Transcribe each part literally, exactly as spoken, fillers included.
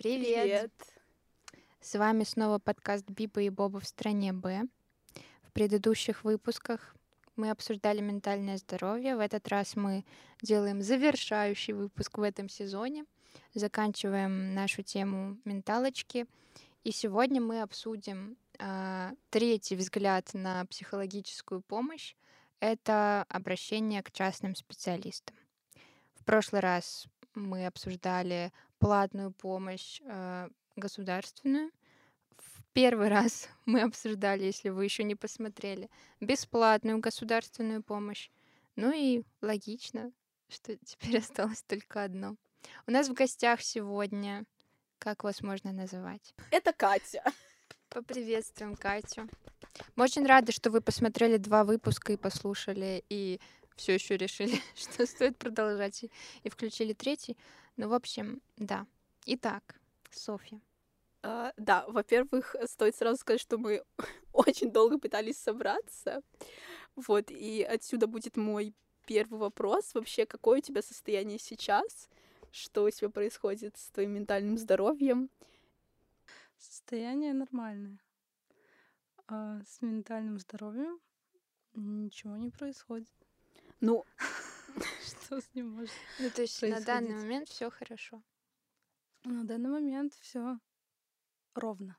Привет! Привет! С вами снова подкаст Биба и Боба в стране Б. В предыдущих выпусках мы обсуждали ментальное здоровье. В этот раз мы делаем завершающий выпуск в этом сезоне. Заканчиваем нашу тему менталочки. И сегодня мы обсудим а, третий взгляд на психологическую помощь. Это обращение к частным специалистам. В прошлый раз мы обсуждали платную помощь э, государственную. В первый раз мы обсуждали, если вы еще не посмотрели, бесплатную государственную помощь. Ну и логично, что теперь осталось только одно. У нас в гостях сегодня, как вас можно называть? Это Катя. Поприветствуем Катю. Мы очень рады, что вы посмотрели два выпуска и послушали, и все еще решили, что стоит продолжать, и, и включили третий. Ну, в общем, да. Итак, Софья. А, да, во-первых, стоит сразу сказать, что мы очень долго пытались собраться. Вот, и отсюда будет мой первый вопрос. Вообще, какое у тебя состояние сейчас? Что у тебя происходит с твоим ментальным здоровьем? Состояние нормальное. А с ментальным здоровьем ничего не происходит. Ну, Что с ним может Ну, то есть на данный момент все хорошо. На данный момент все ровно.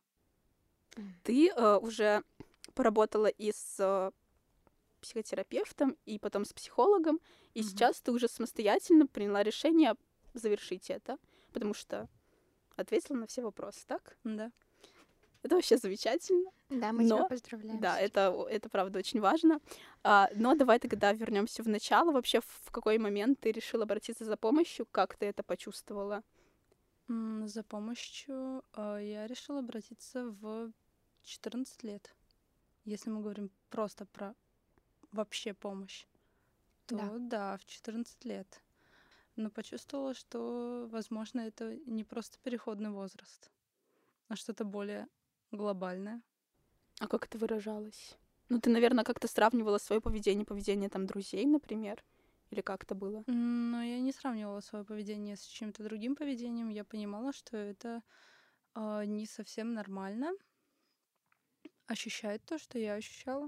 ты э, уже поработала и с э, психотерапевтом, и потом с психологом, и Мгм. сейчас ты уже самостоятельно приняла решение завершить это, потому что ответила на все вопросы, так? Да. Это вообще замечательно. Да, мы Но- тебя поздравляем. Да, с этим. это, это правда очень важно. А, но давай тогда вернемся в начало. Вообще, в какой момент ты решила обратиться за помощью? Как ты это почувствовала? М, За помощью а, я решила обратиться в четырнадцать лет. Если мы говорим просто про вообще помощь, то Да. да, в четырнадцать лет. Но почувствовала, что, возможно, это не просто переходный возраст, а что-то более глобальное. А как это выражалось? Ну, ты, наверное, как-то сравнивала свое поведение, поведение там друзей, например? Или как это было? М, Но я не сравнивала свое поведение с чем-то другим поведением. Я понимала, что это а, не совсем нормально ощущать то, что я ощущала.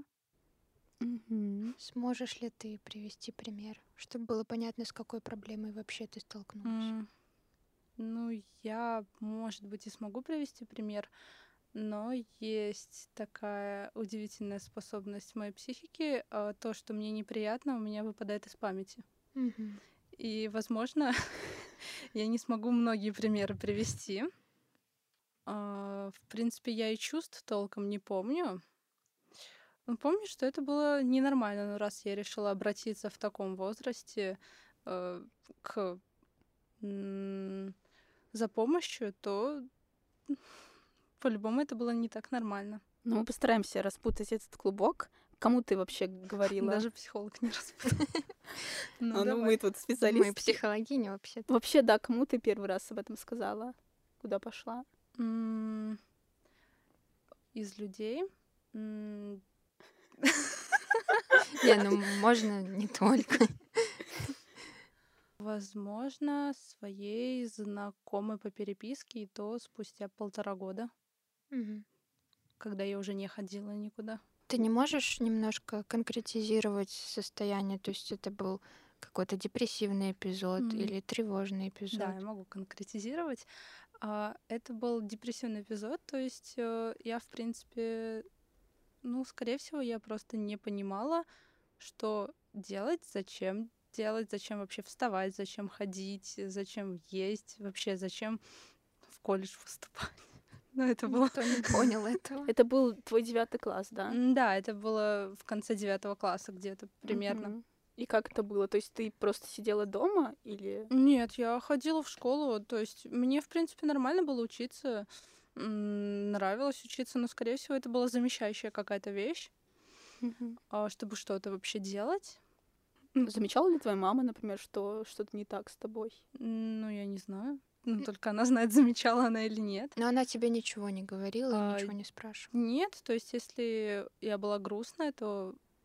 Мгм. Сможешь ли ты привести пример, чтобы было понятно, с какой проблемой вообще ты столкнулась? М, Ну, я, может быть, и смогу привести пример, но есть такая удивительная способность моей психики, а, то, что мне неприятно, у меня выпадает из памяти. Мгм. И, возможно, я не смогу многие примеры привести. А, В принципе, я и чувств толком не помню. Ну, помню, что это было ненормально, но раз я решила обратиться в таком возрасте э, к м, за помощью, то по-любому это было не так нормально. Ну, мы постараемся распутать этот клубок. Кому ты вообще говорила? Даже психолог не распутал. Ну, А, ну, давай. мы тут Мы специалисты. психологиня вообще-то. Вообще, да, кому ты первый раз об этом сказала? Куда пошла? М, Из людей. м, Не, ну можно не только. Возможно, своей знакомой по переписке, и то спустя полтора года, Мгм. когда я уже не ходила никуда. Ты не можешь немножко конкретизировать состояние? То есть это был какой-то депрессивный эпизод М, или тревожный эпизод? Да, я могу конкретизировать. А, Это был депрессивный эпизод, то есть э, я, в принципе, ну, скорее всего, я просто не понимала, что делать, зачем делать, зачем вообще вставать, зачем ходить, зачем есть, вообще зачем в колледж поступать. Ну, это было... Никто не понял этого. Это был твой девятый класс, да? М, Да, это было в конце девятого класса где-то примерно. Мгм. И как это было? То есть ты просто сидела дома или... Нет, я ходила в школу, то есть мне, в принципе, нормально было учиться, м, нравилось учиться, но, скорее всего, это была замещающая какая-то вещь, Мгм. а, чтобы что-то вообще делать. Замечала ли твоя мама, например, что что-то не так с тобой? М, Ну, я не знаю. Ну, только она знает, замечала она или нет. Но она тебе ничего не говорила и А, ничего не спрашивала. Нет, то есть если я была грустная, то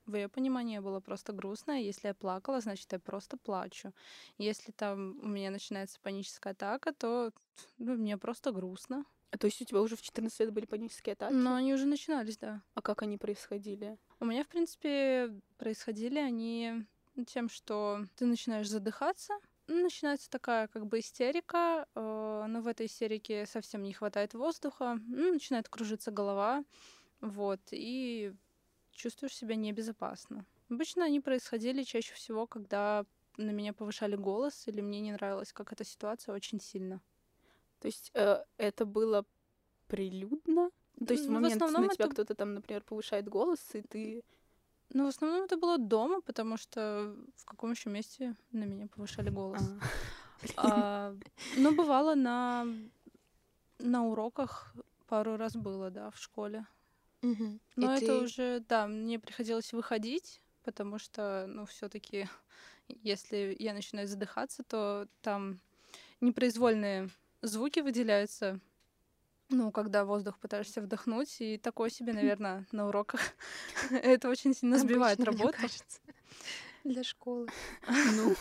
в ее понимании я была просто грустная. Если я плакала, значит, я просто плачу. Если там у меня начинается паническая атака, то ну, мне просто грустно. А то есть у тебя уже в четырнадцать лет были панические атаки? Но они уже начинались, да. А как они происходили? У меня, в принципе, происходили они тем, что ты начинаешь задыхаться, ну, начинается такая как бы истерика, э, но в этой истерике совсем не хватает воздуха, ну, начинает кружиться голова, вот, и чувствуешь себя небезопасно. Обычно они происходили чаще всего, когда на меня повышали голос, или мне не нравилась как эта ситуация очень сильно. То есть э, это было прилюдно? То есть в Ну, в момент основном на тебя это кто-то там, например, повышает голос, и ты... Ну, в основном это было дома, потому что в каком еще месте на меня повышали голос. А, А, ну, бывало на, на уроках пару раз было, да, в школе. Мгм. И Но это ты... уже, да, мне приходилось выходить, потому что, ну, все-таки, если я начинаю задыхаться, то там непроизвольные звуки выделяются. Ну, когда воздух пытаешься вдохнуть, и такое себе, наверное, на уроках. Это очень сильно сбивает Обычно, мне работу. кажется, для школы. ну,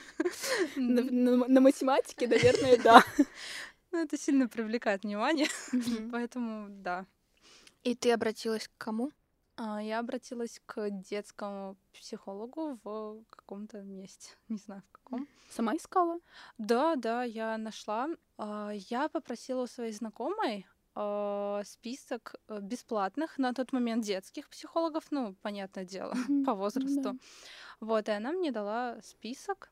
на, на- на математике, наверное, да. Ну, это сильно привлекает внимание, Мгм. поэтому да. И ты обратилась к кому? А, Я обратилась к детскому психологу в каком-то месте, не знаю в каком. Сама искала? Да, да, я нашла. А, Я попросила у своей знакомой а, список э, бесплатных на тот момент детских психологов, ну, понятное дело, Мгм. по Ну возрасту. да. Вот, и она мне дала список,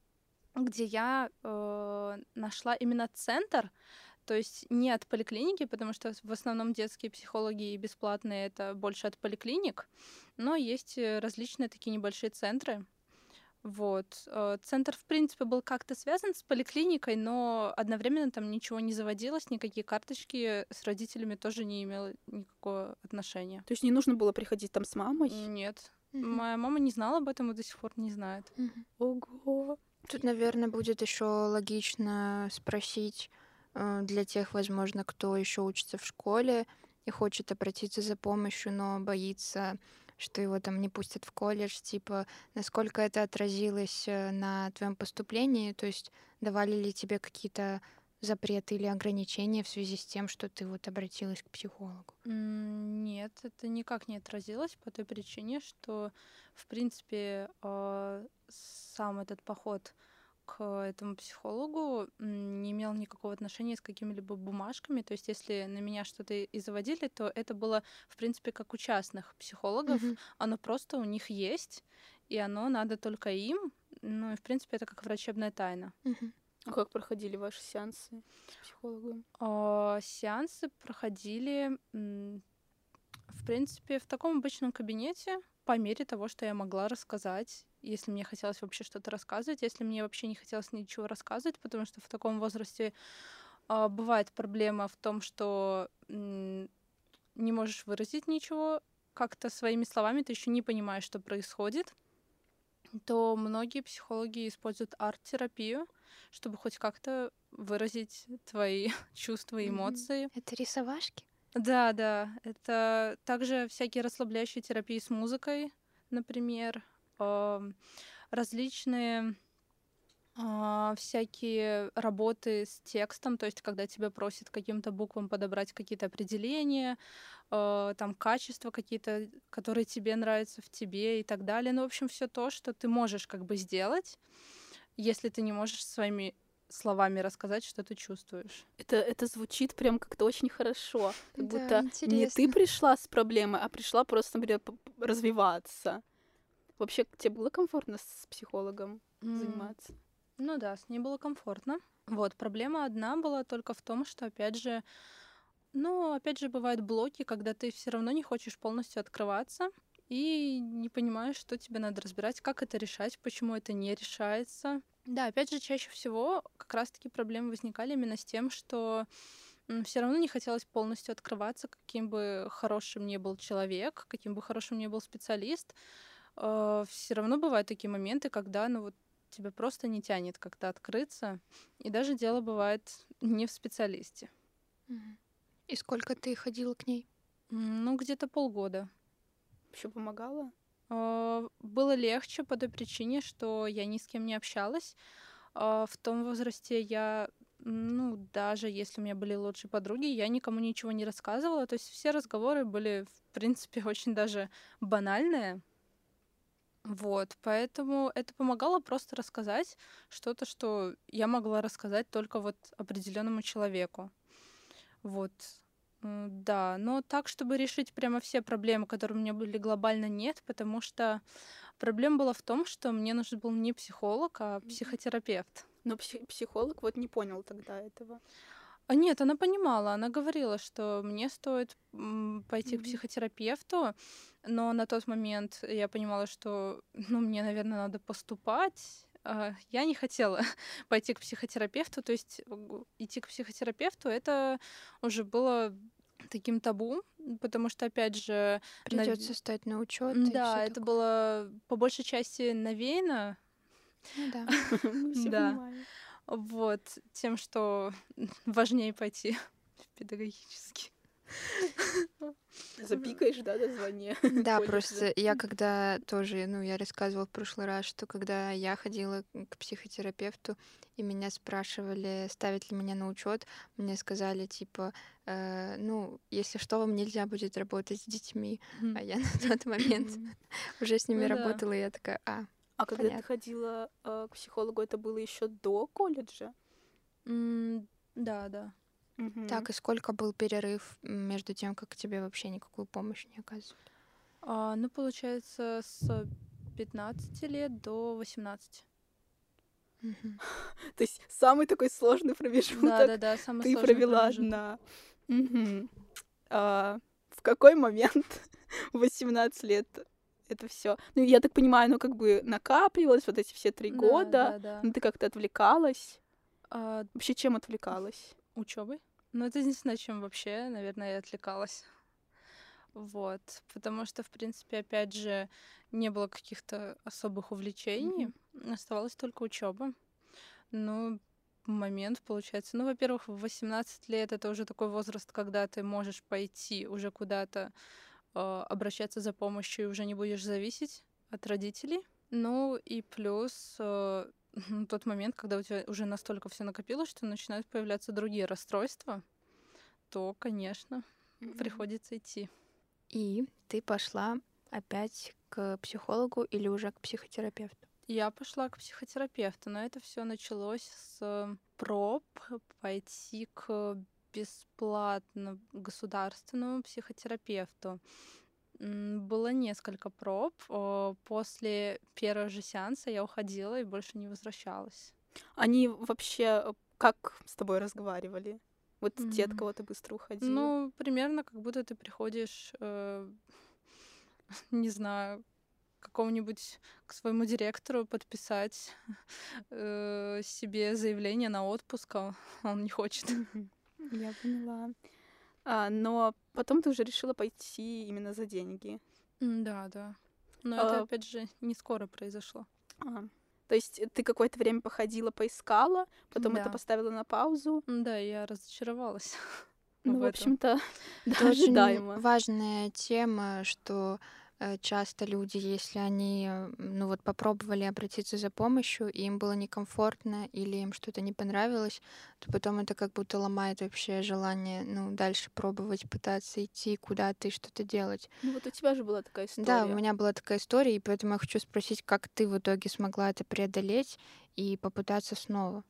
где я э, нашла именно центр, то есть не от поликлиники, потому что в основном детские психологи и бесплатные это больше от поликлиник, но есть э, различные такие небольшие центры. Вот. э, Центр, в принципе, был как-то связан с поликлиникой, но одновременно там ничего не заводилось, никакие карточки с родителями тоже не имело никакого отношения. То есть не нужно было приходить там с мамой? Нет. Мгм. Моя мама не знала об этом и до сих пор не знает. Мгм. Ого. Тут, наверное, будет еще логично спросить э, для тех, возможно, кто еще учится в школе и хочет обратиться за помощью, но боится, что его там не пустят в колледж, типа, насколько это отразилось э, на твоем поступлении, то есть давали ли тебе какие-то запреты или ограничения в связи с тем, что ты вот обратилась к психологу? М, Нет, это никак не отразилось по той причине, что, в принципе, а, сам этот поход к этому психологу м, не имел никакого отношения с какими-либо бумажками. То есть, если на меня что-то и заводили, то это было, в принципе, как у частных психологов. Мгм. Оно просто у них есть, и оно надо только им. Ну и, в принципе, это как врачебная тайна. Мгм. А как проходили ваши сеансы с психологом? А, Сеансы проходили, м, в принципе, в таком обычном кабинете, по мере того, что я могла рассказать, если мне хотелось вообще что-то рассказывать, если мне вообще не хотелось ничего рассказывать, потому что в таком возрасте а, бывает проблема в том, что м, не можешь выразить ничего как-то своими словами, ты еще не понимаешь, что происходит, то многие психологи используют арт-терапию, чтобы хоть как-то выразить твои чувства и Мгм. эмоции. Это рисовашки? Да, да. Это также всякие расслабляющие терапии с музыкой, например, ам, различные а, всякие работы с текстом, то есть когда тебя просят каким-то буквам подобрать какие-то определения, а, там качества какие-то, которые тебе нравятся в тебе и так далее. Ну, в общем, все то, что ты можешь как бы сделать, если ты не можешь своими словами рассказать, что ты чувствуешь. Это, это звучит прям как-то очень хорошо. Как Да, будто не ты интересно. пришла с проблемой, а пришла просто, например, п- п- развиваться. Вообще, тебе было комфортно с психологом М, заниматься? Ну да, с ней было комфортно. Вот, проблема одна была только в том, что, опять же, ну, опять же, бывают блоки, когда ты все равно не хочешь полностью открываться и не понимаешь, что тебе надо разбирать, как это решать, почему это не решается. Да, опять же, чаще всего как раз-таки проблемы возникали именно с тем, что все равно не хотелось полностью открываться, каким бы хорошим ни был человек, каким бы хорошим ни был специалист. Все равно бывают такие моменты, когда, ну вот, тебя просто не тянет как-то открыться. И даже дело бывает не в специалисте. Мгм. И сколько ты ходила к ней? М, Ну, где-то полгода. Вообще помогало? А, Было легче по той причине, что я ни с кем не общалась. А, В том возрасте я, ну, даже если у меня были лучшие подруги, я никому ничего не рассказывала. То есть все разговоры были, в принципе, очень даже банальные. Вот, поэтому это помогало просто рассказать что-то, что я могла рассказать только вот определенному человеку. Вот. М, Да, но так, чтобы решить прямо все проблемы, которые у меня были глобально, нет, потому что проблема была в том, что мне нужен был не психолог, а Мгм. психотерапевт. Но пси- психолог вот не понял тогда этого. А нет, она понимала, она говорила, что мне стоит м, пойти к Мгм. психотерапевту, но на тот момент я понимала, что, ну, мне, наверное, надо поступать. А, Я не хотела пойти к психотерапевту, то есть г- идти к психотерапевту это уже было таким табу, потому что, опять же, нав- Придется стать на учет м, и все да, это такое. было по большей части навеяно, Ну да. Мы все да, понимаем. вот, тем, что важнее пойти в педагогический. Запикаешь, да, название Да, колледжа? просто я когда тоже, ну, я рассказывала в прошлый раз, что когда я ходила к психотерапевту, и меня спрашивали, ставить ли меня на учет, мне сказали, типа, э, ну, если что, вам нельзя будет работать с детьми. Мгм. А я на тот момент Мгм. уже с ними Ну да. работала, и я такая, а, А когда ты понятно. ходила э, к психологу, это было еще до колледжа? М, Да, да. Мгм. Так, и сколько был перерыв м, между тем, как тебе вообще никакую помощь не оказывали? А, Ну, получается, с пятнадцати лет до восемнадцати. Мгм. То есть самый такой сложный Да, промежуток да, да, самый ты сложный провела промежуток. одна. Мгм. А, в какой момент в восемнадцать лет это все? Ну, я так понимаю, ну, как бы накапливалось вот эти все три Да, года, да, да. но ты как-то отвлекалась. А, Вообще, чем отвлекалась? Учебой? Ну, это единственное, чем вообще, наверное, я отвлекалась. Вот. Потому что, в принципе, опять же, не было каких-то особых увлечений. Мгм. Оставалась только учеба. Ну, момент, получается. Ну, во-первых, в восемнадцать лет это уже такой возраст, когда ты можешь пойти уже куда-то э, обращаться за помощью и уже не будешь зависеть от родителей. Ну и плюс э, тот момент, когда у тебя уже настолько все накопилось, что начинают появляться другие расстройства, то, конечно, Мгм. приходится идти. И ты пошла опять к психологу или уже к психотерапевту? Я пошла к психотерапевту, но это все началось с проб пойти к бесплатно государственному психотерапевту. М, Было несколько проб. Э, После первого же сеанса я уходила и больше не возвращалась. Они вообще э, как с тобой разговаривали? Вот те, от М, кого ты быстро уходила? Ну, примерно как будто ты приходишь, э, не знаю, к какому-нибудь к своему директору подписать э, себе заявление на отпуск, а он не хочет. Мгм. Я поняла. А, но потом ты уже решила пойти именно за деньги. М, Да, да. Но это, А, опять же, не скоро произошло. а, То есть ты какое-то время походила, поискала, потом это Да. поставила на паузу. М, Да, я разочаровалась Ну, в в этом. общем-то, Это да, очень ожидаемо. важная тема, что э, часто люди, если они, э, ну вот, попробовали обратиться за помощью, и им было некомфортно или им что-то не понравилось, то потом это как будто ломает вообще желание, ну, дальше пробовать, пытаться идти куда-то и что-то делать. Ну вот у тебя же была такая Да, у история. меня была такая история, и поэтому я хочу спросить, как ты в итоге смогла это преодолеть и попытаться снова?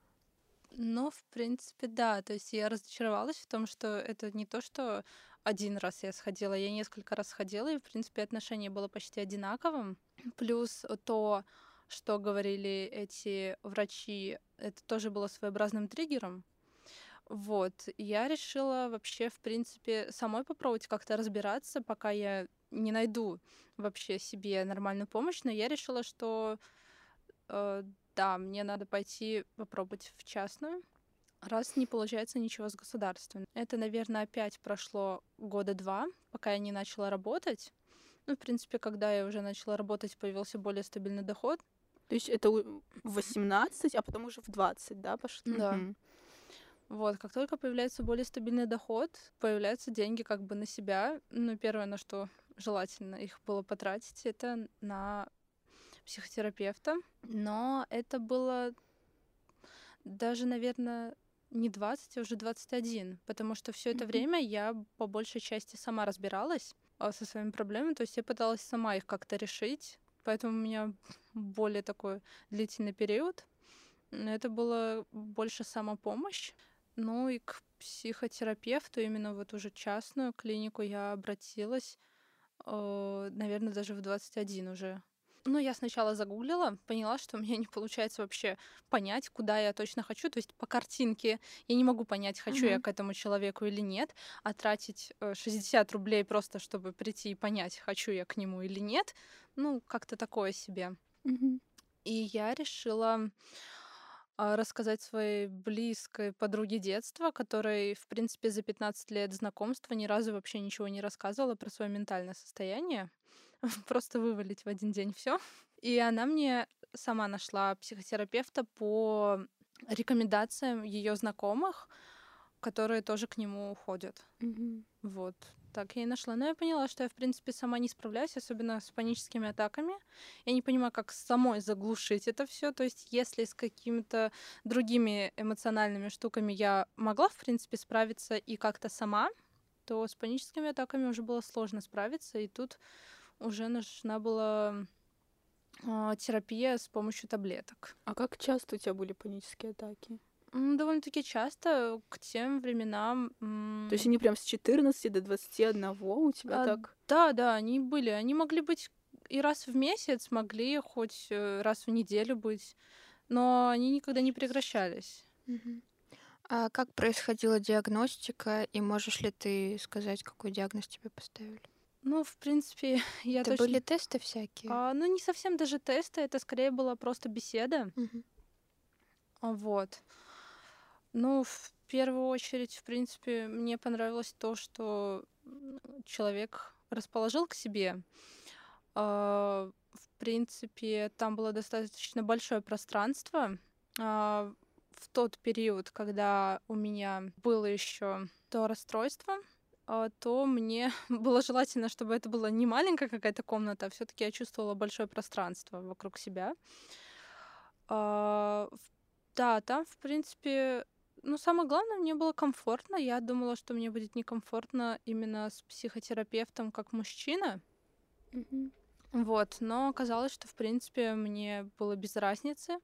Ну, в принципе, да. То есть я разочаровалась в том, что это не то, что один раз я сходила, я несколько раз ходила, и, в принципе, отношение было почти одинаковым. Плюс то, что говорили эти врачи, это тоже было своеобразным триггером. Вот. И я решила вообще, в принципе, самой попробовать как-то разбираться, пока я не найду вообще себе нормальную помощь. Но я решила, что э, да, мне надо пойти попробовать в частную, раз не получается ничего с государственным. Это, наверное, опять прошло года два, пока я не начала работать. Ну, в принципе, когда я уже начала работать, появился более стабильный доход. То есть это у- в восемнадцать, а потом уже в двадцать, да, пошло? Да. Вот, как только появляется более стабильный доход, появляются деньги как бы на себя. Ну, первое, на что желательно их было потратить, это на психотерапевта. Но это было даже, наверное, не двадцать, а уже двадцать один, потому что все это Мгм. время я по большей части сама разбиралась а, со своими проблемами, то есть я пыталась сама их как-то решить, поэтому у меня более такой длительный период. М, Это было больше самопомощь. Ну и к психотерапевту, именно вот уже частную клинику я обратилась, наверное, даже в двадцать один уже. Ну, я сначала загуглила, поняла, что у меня не получается вообще понять, куда я точно хочу. То есть по картинке я не могу понять, хочу я Мгм. к этому человеку или нет, а тратить э, шестьдесят рублей просто, чтобы прийти и понять, хочу я к нему или нет, ну, как-то такое себе. Мгм. И я решила а, рассказать своей близкой подруге детства, которой, в принципе, за пятнадцать лет знакомства ни разу вообще ничего не рассказывала про свое ментальное состояние. Просто вывалить в один день все. И она мне сама нашла психотерапевта по рекомендациям ее знакомых, которые тоже к нему ходят. Мгм. Вот. Так я и нашла. Но я поняла, что я, в принципе, сама не справляюсь, особенно с паническими атаками. Я не понимаю, как самой заглушить это все. То есть, если с какими-то другими эмоциональными штуками я могла, в принципе, справиться и как-то сама, то с паническими атаками уже было сложно справиться. И тут уже нужна была а, терапия с помощью таблеток. А как часто у тебя были панические атаки? М, Довольно-таки часто к тем временам... То есть м, они прям с четырнадцати до двадцати одного у тебя а, так? Да, да, они были. Они могли быть и раз в месяц, могли хоть э, раз в неделю быть, но они никогда не прекращались. Мгм. А как происходила диагностика, и можешь ли ты сказать, какой диагноз тебе поставили? Ну, в принципе, я Это были точно... тесты всякие? а, ну, не совсем даже тесты, это скорее была просто беседа. Мгм. А, Вот. Ну, в первую очередь, в принципе, мне понравилось то, что м, человек расположил к себе. А, В принципе, там было достаточно большое пространство. А, В тот период, когда у меня было еще то расстройство, а, то мне было желательно, чтобы это была не маленькая какая-то комната, а все-таки я чувствовала большое пространство вокруг себя. А, в- Да, там, в принципе, ну, самое главное, мне было комфортно. Я думала, что мне будет некомфортно именно с психотерапевтом как мужчина. Мгм. Вот, но оказалось, что, в принципе, мне было без разницы.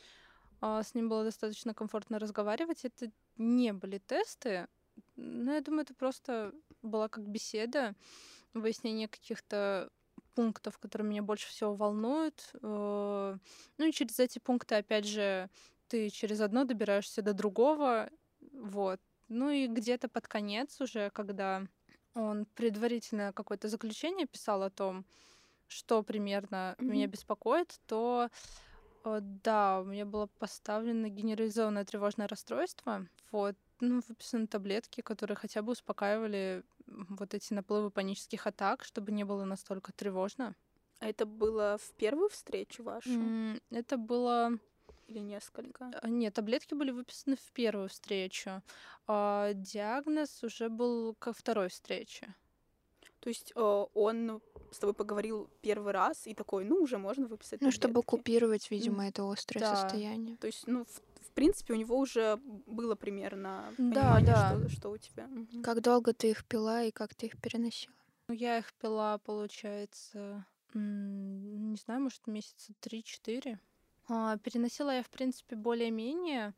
А, С ним было достаточно комфортно разговаривать. Это не были тесты, но я думаю, это просто была как беседа, выяснение каких-то пунктов, которые меня больше всего волнуют. Э, Ну и через эти пункты, опять же, ты через одно добираешься до другого. Вот. Ну и где-то под конец уже, когда он предварительно какое-то заключение писал о том, что примерно меня Мгм. беспокоит, то э, да, у меня было поставлено генерализованное тревожное расстройство. Вот. Ну, выписаны таблетки, которые хотя бы успокаивали м, вот эти наплывы панических атак, чтобы не было настолько тревожно. А это было в первую встречу вашу М, Это было... или несколько? а, Нет, таблетки были выписаны в первую встречу. А диагноз уже был ко второй встрече. То есть э, он с тобой поговорил первый раз и такой, ну, уже можно выписать Ну, чтобы таблетки. купировать, М, видимо, это острое Да, состояние. То есть, ну, в, в принципе, у него уже было примерно да, понимание, да. что, что у тебя. Мгм. Как долго ты их пила и как ты их переносила? Ну, я их пила, получается, м, не знаю, может, месяца три-четыре. А, переносила я, в принципе, более-менее,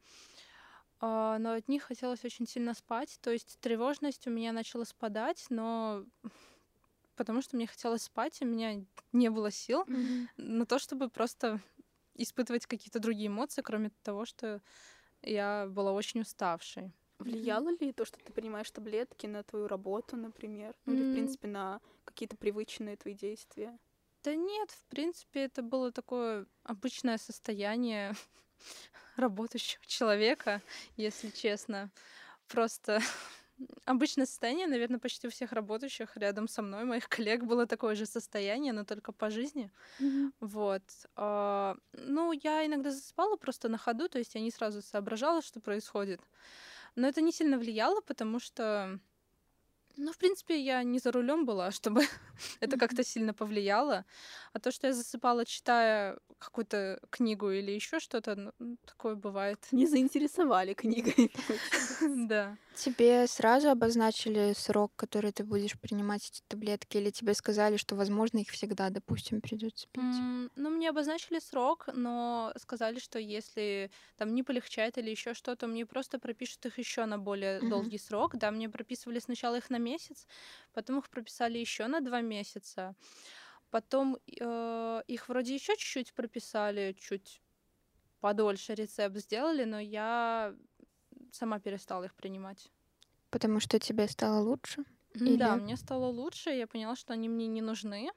а, но от них хотелось очень сильно спать. То есть тревожность у меня начала спадать, но потому что мне хотелось спать, у меня не было сил Мгм. Мгм. на то, чтобы просто испытывать какие-то другие эмоции, кроме того, что я была очень уставшей. Мгм. Влияло ли то, что ты принимаешь таблетки на твою работу, например? Ну или, в М, принципе, на какие-то привычные твои действия? Да нет, в принципе, это было такое обычное состояние работающего человека, если честно. Просто обычное состояние, наверное, почти у всех работающих рядом со мной, моих коллег, было такое же состояние, но только по жизни. Мгм. Вот. А, Ну, я иногда засыпала просто на ходу, то есть я не сразу соображала, что происходит. Но это не сильно влияло, потому что Ну, в принципе, я не за рулем была, чтобы это как-то сильно повлияло. А то, что я засыпала, читая какую-то книгу или еще что-то, ну, м, такое бывает. Не заинтересовали книгой, получается. Да. Тебе сразу обозначили срок, который ты будешь принимать эти таблетки, или тебе сказали, что, возможно, их всегда, допустим, придется пить? М, Ну, мне обозначили срок, но сказали, что если там не полегчает или еще что-то, мне просто пропишут их еще на более Мгм. долгий срок. Да, мне прописывали сначала их на месяц, потом их прописали еще на два месяца, потом э, их вроде еще чуть-чуть прописали, чуть подольше рецепт сделали, но я сама перестала их принимать. Потому что тебе стало лучше? М, Да, Или мне стало лучше, я поняла, что они мне не нужны.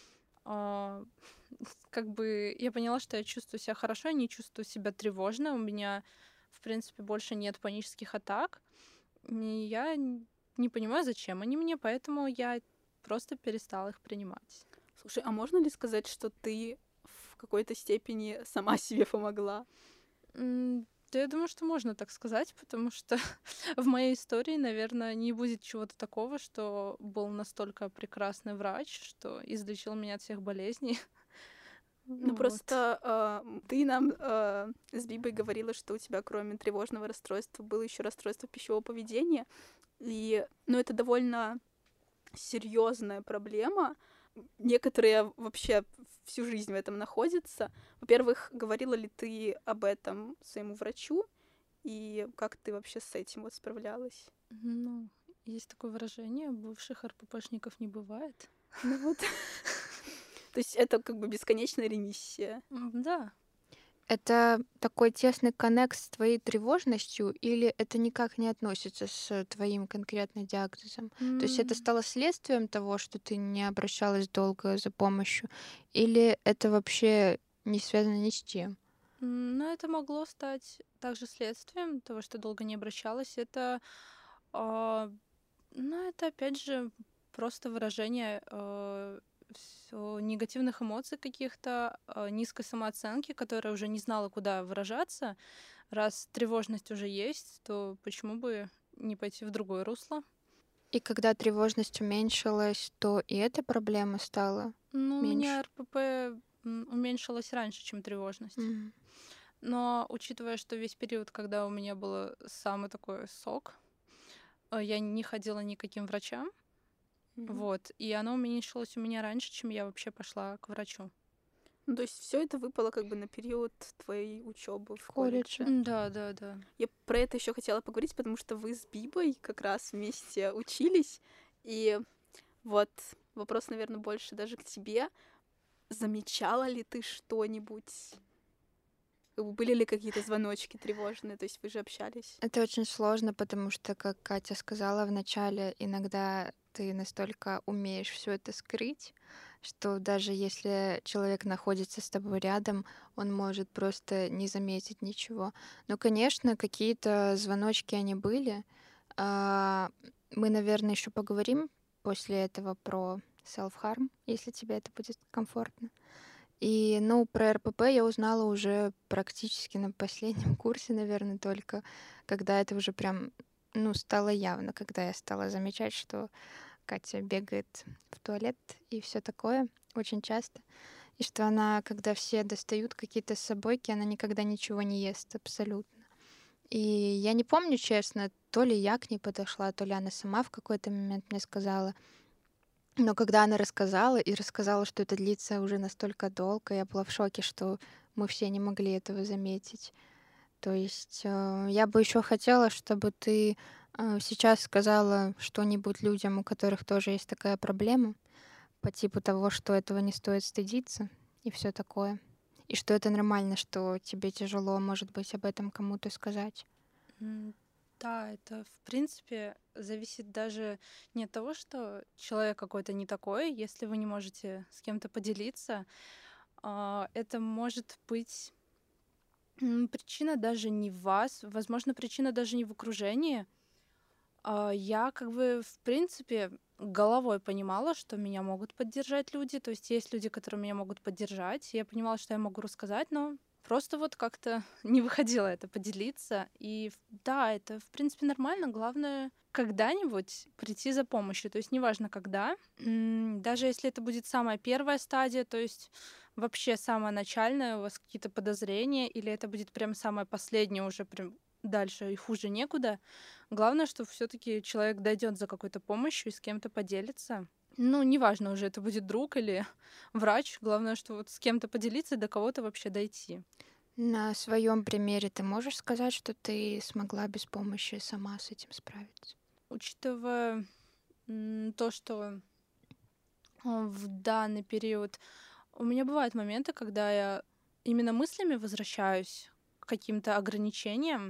А, Как бы я поняла, что я чувствую себя хорошо, я не чувствую себя тревожно. У меня, в принципе, больше нет панических атак. И я н- не понимаю, зачем они мне, поэтому я просто перестала их принимать. Слушай, а можно ли сказать, что ты в какой-то степени сама себе помогла? М, Да, я думаю, что можно так сказать, потому что в моей истории, наверное, не будет чего-то такого, что был настолько прекрасный врач, что излечил меня от всех болезней. Ну, Вот. просто а, м, ты нам а, с Бибой говорила, что у тебя, кроме тревожного расстройства, было еще расстройство пищевого поведения. И, ну, это довольно серьезная проблема. Некоторые вообще всю жизнь в этом находятся. Во-первых, говорила ли ты об этом своему врачу? И как ты вообще с этим вот справлялась? Ну, есть такое выражение, бывших РППшников не бывает. Ну вот. То есть это как бы бесконечная ремиссия. М, Да. это такой тесный коннект с твоей тревожностью, или это никак не относится с твоим конкретным диагнозом? То есть это М, стало следствием того, что ты не обращалась долго за помощью, или это вообще не связано ни с чем? м, Но это могло стать также следствием того, что долго не обращалась. Это, а, ну, это опять же просто выражение э, всё- негативных эмоций каких-то, а, низкой самооценки, которая уже не знала, куда выражаться. Раз тревожность уже есть, то почему бы не пойти в другое русло? И когда тревожность уменьшилась, то и эта проблема стала Ну, у меня меньше? РПП м, уменьшилось раньше, чем тревожность. Мгм. Но учитывая, что весь период, когда у меня было самый такой сок, э, я не ходила ни к каким врачам, Мгм. вот, и оно уменьшилось у меня раньше, чем я вообще пошла к врачу. Ну, то есть все это выпало как бы на период твоей учебы В в колледже. колледже. М, Да, да, да. Я про это еще хотела поговорить, потому что вы с Бибой как раз вместе учились. И вот вопрос, наверное, больше даже к тебе. Замечала ли ты что-нибудь? Как бы были ли какие-то звоночки тревожные? То есть вы же общались. Это очень сложно, потому что, как Катя сказала в начале, иногда ты настолько умеешь все это скрыть, что даже если человек находится с тобой рядом, он может просто не заметить ничего. Но, конечно, какие-то звоночки они были. А, Мы, наверное, еще поговорим после этого про self-harm, если тебе это будет комфортно. И, ну, про РПП я узнала уже практически на последнем курсе, наверное, только когда это уже прям, ну, стало явно, когда я стала замечать, что Катя бегает в туалет и все такое очень часто. И что она, когда все достают какие-то собойки, она никогда ничего не ест абсолютно. И я не помню, честно, то ли я к ней подошла, то ли она сама в какой-то момент мне сказала, но когда она рассказала и рассказала, что это длится уже настолько долго, я была в шоке, что мы все не могли этого заметить. То есть э, я бы еще хотела, чтобы ты э, сейчас сказала что-нибудь людям, у которых тоже есть такая проблема, по типу того, что этого не стоит стыдиться и все такое. И что это нормально, что тебе тяжело, может быть, об этом кому-то сказать. М, Да, это, в принципе, зависит даже не от того, что человек какой-то не такой, если вы не можете с кем-то поделиться, а, это может быть м, причина даже не в вас, возможно, причина даже не в окружении. А, Я как бы, в принципе, головой понимала, что меня могут поддержать люди, то есть есть люди, которые меня могут поддержать, и я понимала, что я могу рассказать, но Просто вот как-то не выходило это поделиться. И в- да, это, в принципе, нормально. Главное, когда-нибудь прийти за помощью. То есть неважно когда. М, Даже если это будет самая первая стадия, то есть вообще самая начальная, у вас какие-то подозрения, или это будет прям самая последняя, уже прям дальше и хуже некуда. Главное, что все-таки человек дойдет за какой-то помощью и с кем-то поделится. Ну, неважно уже, это будет друг или врач. Главное, что вот с кем-то поделиться и до кого-то вообще дойти. На своем примере ты можешь сказать, что ты смогла без помощи сама с этим справиться? Учитывая м, то, что а, в данный период у меня бывают моменты, когда я именно мыслями возвращаюсь к каким-то ограничениям.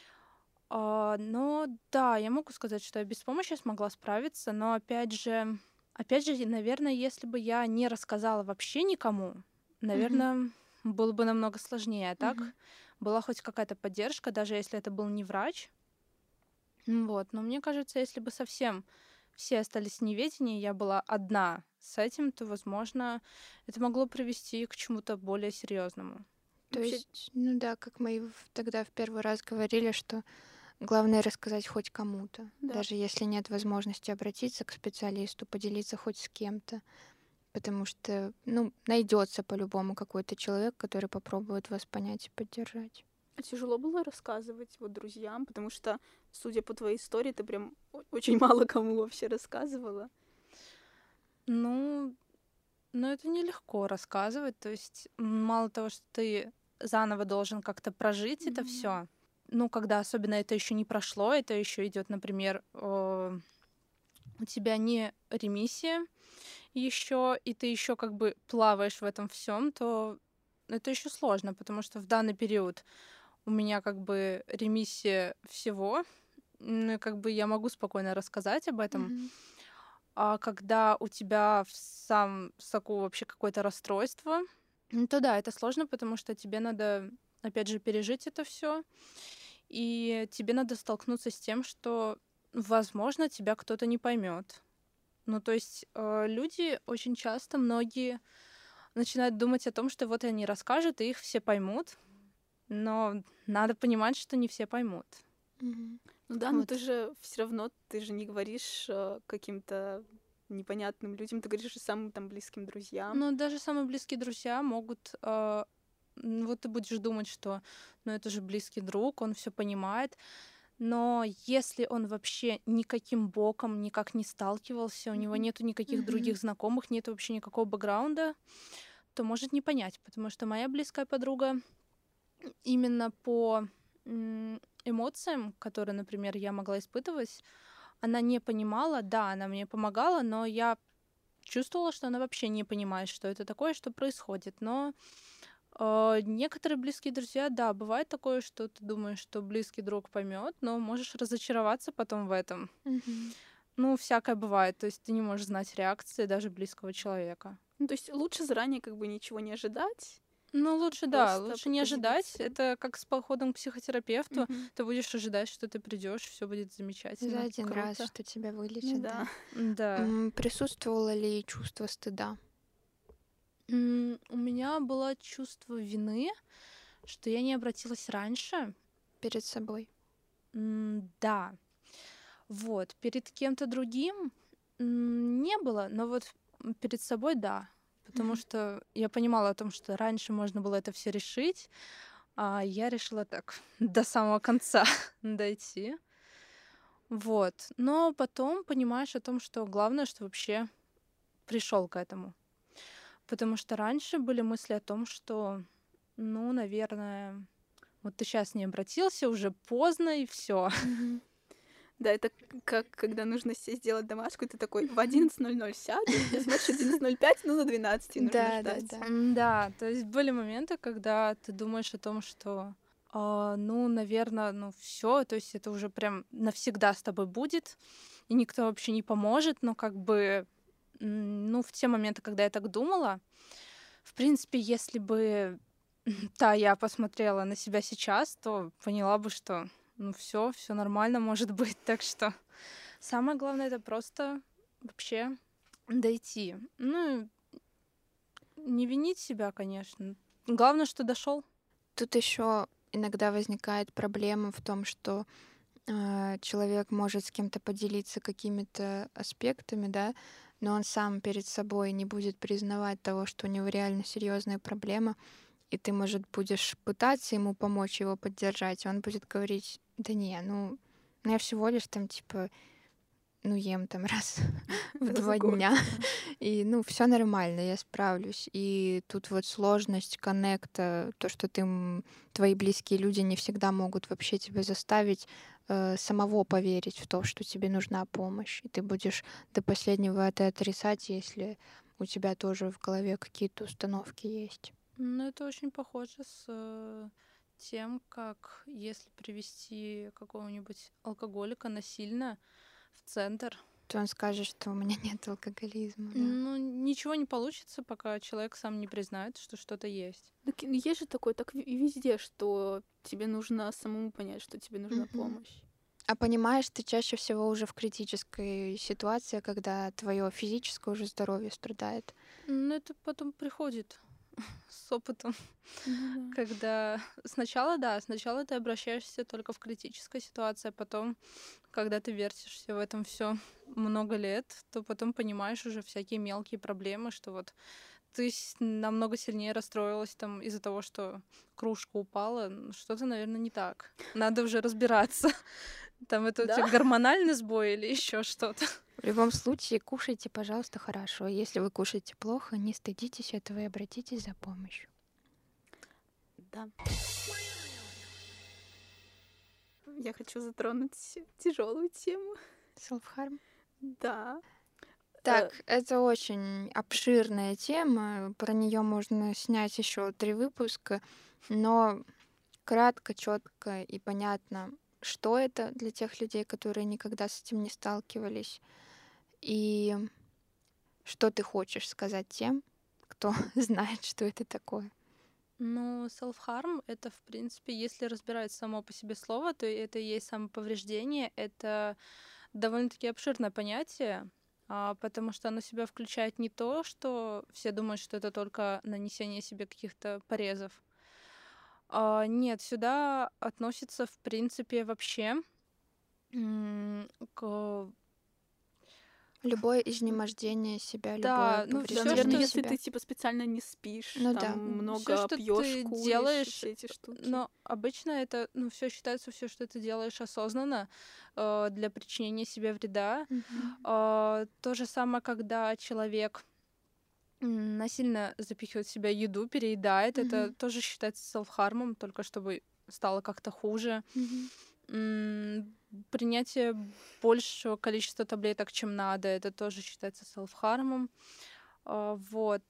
А, но да, я могу сказать, что я без помощи смогла справиться, но опять же, опять же, наверное, если бы я не рассказала вообще никому, Мгм. наверное, было бы намного сложнее. А Мгм. так была хоть какая-то поддержка, даже если это был не врач. М, Вот. Но мне кажется, если бы совсем все остались в неведении, я была одна с этим, то, возможно, это могло привести к чему-то более серьезному. То Вообще, есть, ну да, как мы и в- тогда в первый раз говорили, что главное рассказать хоть кому-то, да. даже если нет возможности обратиться к специалисту, поделиться хоть с кем-то, потому что, ну, найдется по-любому какой-то человек, который попробует вас понять и поддержать. А тяжело было рассказывать вот друзьям, потому что, судя по твоей истории, ты прям о- очень мало кому вообще рассказывала. Ну, но это нелегко рассказывать. То есть м, мало того, что ты заново должен как-то прожить это Мгм. все. Ну, когда особенно это еще не прошло, это еще идет, например, э, у тебя не ремиссия еще, и ты еще как бы плаваешь в этом всем, то это еще сложно, потому что в данный период у меня как бы ремиссия всего, ну, и как бы я могу спокойно рассказать об этом. Мгм. А когда у тебя в сам соку вообще какое-то расстройство, ну, то да, это сложно, потому что тебе надо, опять же, пережить это все, и тебе надо столкнуться с тем, что, возможно, тебя кто-то не поймет. Ну, то есть э, люди очень часто, многие начинают думать о том, что вот они расскажут, и их все поймут, но надо понимать, что не все поймут. Мгм. Ну да, но Вот. ты же все равно, ты же не говоришь э, каким-то непонятным людям, ты говоришь и самым там близким друзьям. Но даже самые близкие друзья могут... э, м, вот ты будешь думать, что ну это же близкий друг, он все понимает. Но если он вообще никаким боком никак не сталкивался, у него Мгм. нету никаких Мгм. других знакомых, нету вообще никакого бэкграунда, то может не понять. Потому что моя близкая подруга именно по м, эмоциям, которые, например, я могла испытывать, она не понимала, да, она мне помогала, но я чувствовала, что она вообще не понимает, что это такое, что происходит. Но э, некоторые близкие друзья, да, бывает такое, что ты думаешь, что близкий друг поймет, но можешь разочароваться потом в этом. Мгм. Ну, всякое бывает, то есть ты не можешь знать реакции даже близкого человека. Ну, то есть лучше заранее как бы ничего не ожидать, Ну, лучше, да, просто лучше п- не ожидать. поделиться. Это как с походом к психотерапевту. Мгм. Ты будешь ожидать, что ты придешь, все будет За замечательно, один раз, круто. что тебя Ну вылечат, да. да. Да. М, Присутствовало ли чувство стыда М, У меня было чувство вины, что я не обратилась раньше. перед собой? М, Да, вот. Перед кем-то другим м, не было, но вот м, перед собой да. Потому Мгм. что я понимала о том, что раньше можно было это все решить, а я решила так до самого конца дойти. Вот. Но потом понимаешь о том, что главное, что вообще пришел к этому. Потому что раньше были мысли о том, что, ну, наверное, вот ты сейчас не обратился, уже поздно и все. Мгм. Да, это как когда нужно сесть сделать домашку, и ты такой в одиннадцать ноль ноль сяду, и смотришь одиннадцать ноль пять, ну, на двенадцать нужно Да, да, ждать. да. Да, то есть были моменты, когда ты думаешь о том, что, а, ну, наверное, ну все, то есть это уже прям навсегда с тобой будет, и никто вообще не поможет, но как бы, м, ну, в те моменты, когда я так думала, в принципе, если бы, да, я посмотрела на себя сейчас, то поняла бы, что, ну, все, все нормально может быть. Так что самое главное это просто вообще дойти. Ну, и не винить себя, конечно. Главное, что дошел. Тут еще иногда возникает проблема в том, что э, человек может с кем-то поделиться какими-то аспектами, да, но он сам перед собой не будет признавать того, что у него реально серьезная проблема, и ты, может, будешь пытаться ему помочь, его поддержать, и он будет говорить: да не, ну, ну я всего лишь там, типа, ну, ем там раз в Раз в два год. дня, и, ну, все нормально, я справлюсь. И тут вот сложность коннекта, то, что ты, м, твои близкие люди не всегда могут вообще тебя заставить э, самого поверить в то, что тебе нужна помощь, и ты будешь до последнего это отрицать, если у тебя тоже в голове какие-то установки есть. Ну, это очень похоже с э, тем, как если привести какого-нибудь алкоголика насильно в центр, То он скажет, что у меня нет алкоголизма, да. ну, ничего не получится, пока человек сам не признает, что что-то есть. Так и есть же такое, так и везде, что тебе нужно самому понять, что тебе нужна Мгм. помощь. А понимаешь, ты чаще всего уже в критической ситуации, когда твое физическое уже здоровье страдает. Но это потом приходит с опытом, Ну да. когда сначала, да, сначала ты обращаешься только в критической ситуации, а потом, когда ты вертишься в этом все много лет, то потом понимаешь уже всякие мелкие проблемы, что вот ты с- намного сильнее расстроилась там из-за того, что кружка упала, н- что-то, наверное, не так. Надо уже разбираться. Там это у тебя Да? гормональный сбой или еще что-то. В любом случае, кушайте, пожалуйста, хорошо. Если вы кушаете плохо, не стыдитесь этого и обратитесь за помощью. Да. Я хочу затронуть тяжелую тему. Self-harm. Да. Э, Так, это очень обширная тема. Про нее можно снять еще три выпуска, но кратко, четко и понятно, что это для тех людей, которые никогда с этим не сталкивались, и что ты хочешь сказать тем, кто знает, что это такое. Ну, self-harm — это, в принципе, если разбирать само по себе слово, то это и есть самоповреждение. Это довольно-таки обширное понятие, а, потому что оно в себя включает не то, что все думают, что это только нанесение себе каких-то порезов. А, нет, сюда относится, в принципе, вообще м, к... Любое изнемождение себя, любое Да, ну Да, все, наверное, повреждение что если себя. ты типа специально не спишь, Ну там да. все, много что пьешь, ты куришь, и делаешь, все эти штуки. но обычно это, ну, все считается, все, что ты делаешь осознанно э, для причинения себе вреда. Мгм. А, то же самое, когда человек м, насильно запихивает в себя еду, переедает, это Мгм. тоже считается селф-хармом, только чтобы стало как-то хуже. Мгм. М, Принятие большего количества таблеток, чем надо, это тоже считается селф-хармом. А, Вот.